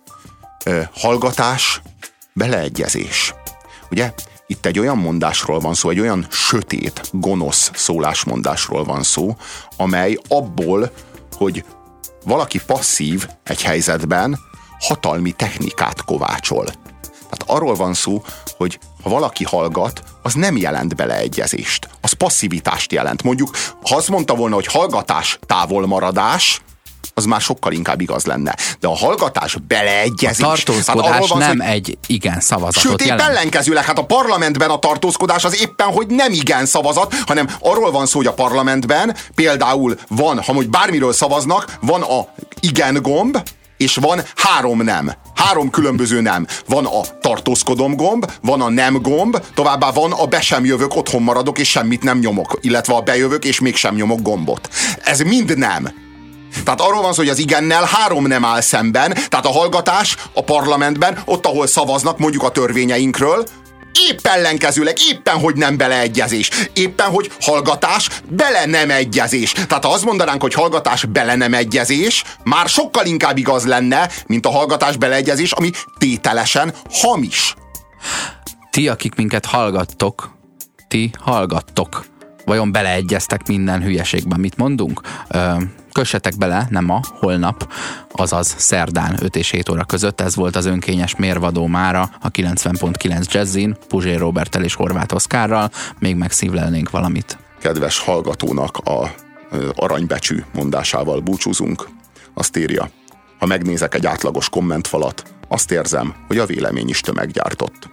B: Hallgatás, beleegyezés. Ugye? Itt egy olyan mondásról van szó, egy olyan sötét, gonosz szólásmondásról van szó, amely abból, hogy valaki passzív egy helyzetben, hatalmi technikát kovácsol. Tehát arról van szó, hogy ha valaki hallgat, az nem jelent beleegyezést. Az passzivitást jelent. Mondjuk, ha azt mondta volna, hogy hallgatás, távolmaradás, az már sokkal inkább igaz lenne. De a hallgatás beleegyezés...
C: A tartózkodás hát nem egy igen szavazatot jelent.
B: Sőt, épp ellenkezőleg, hát a parlamentben a tartózkodás az éppen, hogy nem igen szavazat, hanem arról van szó, hogy a parlamentben például van, ha mondjuk bármiről szavaznak, van a igen gomb, és van 3 nem. 3 különböző nem. Van a tartózkodom gomb, van a nem gomb, továbbá van a be sem jövök, otthon maradok, és semmit nem nyomok, illetve a bejövök, és mégsem nyomok gombot. Ez mind nem. Tehát arról van szó, hogy az igennel 3 nem áll szemben, tehát a hallgatás a parlamentben, ott, ahol szavaznak mondjuk a törvényeinkről, épp ellenkezőleg, éppen, hogy nem beleegyezés. Éppen, hogy hallgatás, bele nem egyezés. Tehát ha azt mondanánk, hogy hallgatás, bele nem egyezés, már sokkal inkább igaz lenne, mint a hallgatás, beleegyezés, ami tételesen hamis.
C: Ti, akik minket hallgattok, ti hallgattok. Vajon beleegyeztek minden hülyeségben, mit mondunk? Kössetek bele, nem ma, holnap, azaz szerdán 5 és 7 óra között. Ez volt az önkényes mérvadó mára a 90.9 Jazzin, Puzsér Róberttel és Horváth Oszkárral. Még megszívlelnénk valamit.
B: Kedves hallgatónak a aranybecsű mondásával búcsúzunk. Azt írja, ha megnézek egy átlagos kommentfalat, azt érzem, hogy a vélemény is tömeggyártott.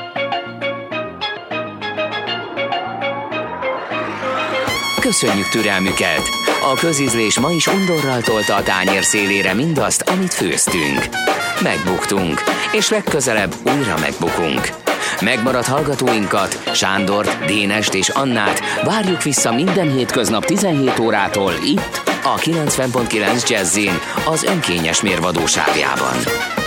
A: Köszönjük türelmüket! A közízlés ma is undorral tolta a tányér szélére mindazt, amit főztünk. Megbuktunk, és legközelebb újra megbukunk. Megmaradt hallgatóinkat, Sándort, Dénest és Annát várjuk vissza minden hétköznap 17 órától itt, a 90.9 Jazzin, az önkényes mérvadó sávjában.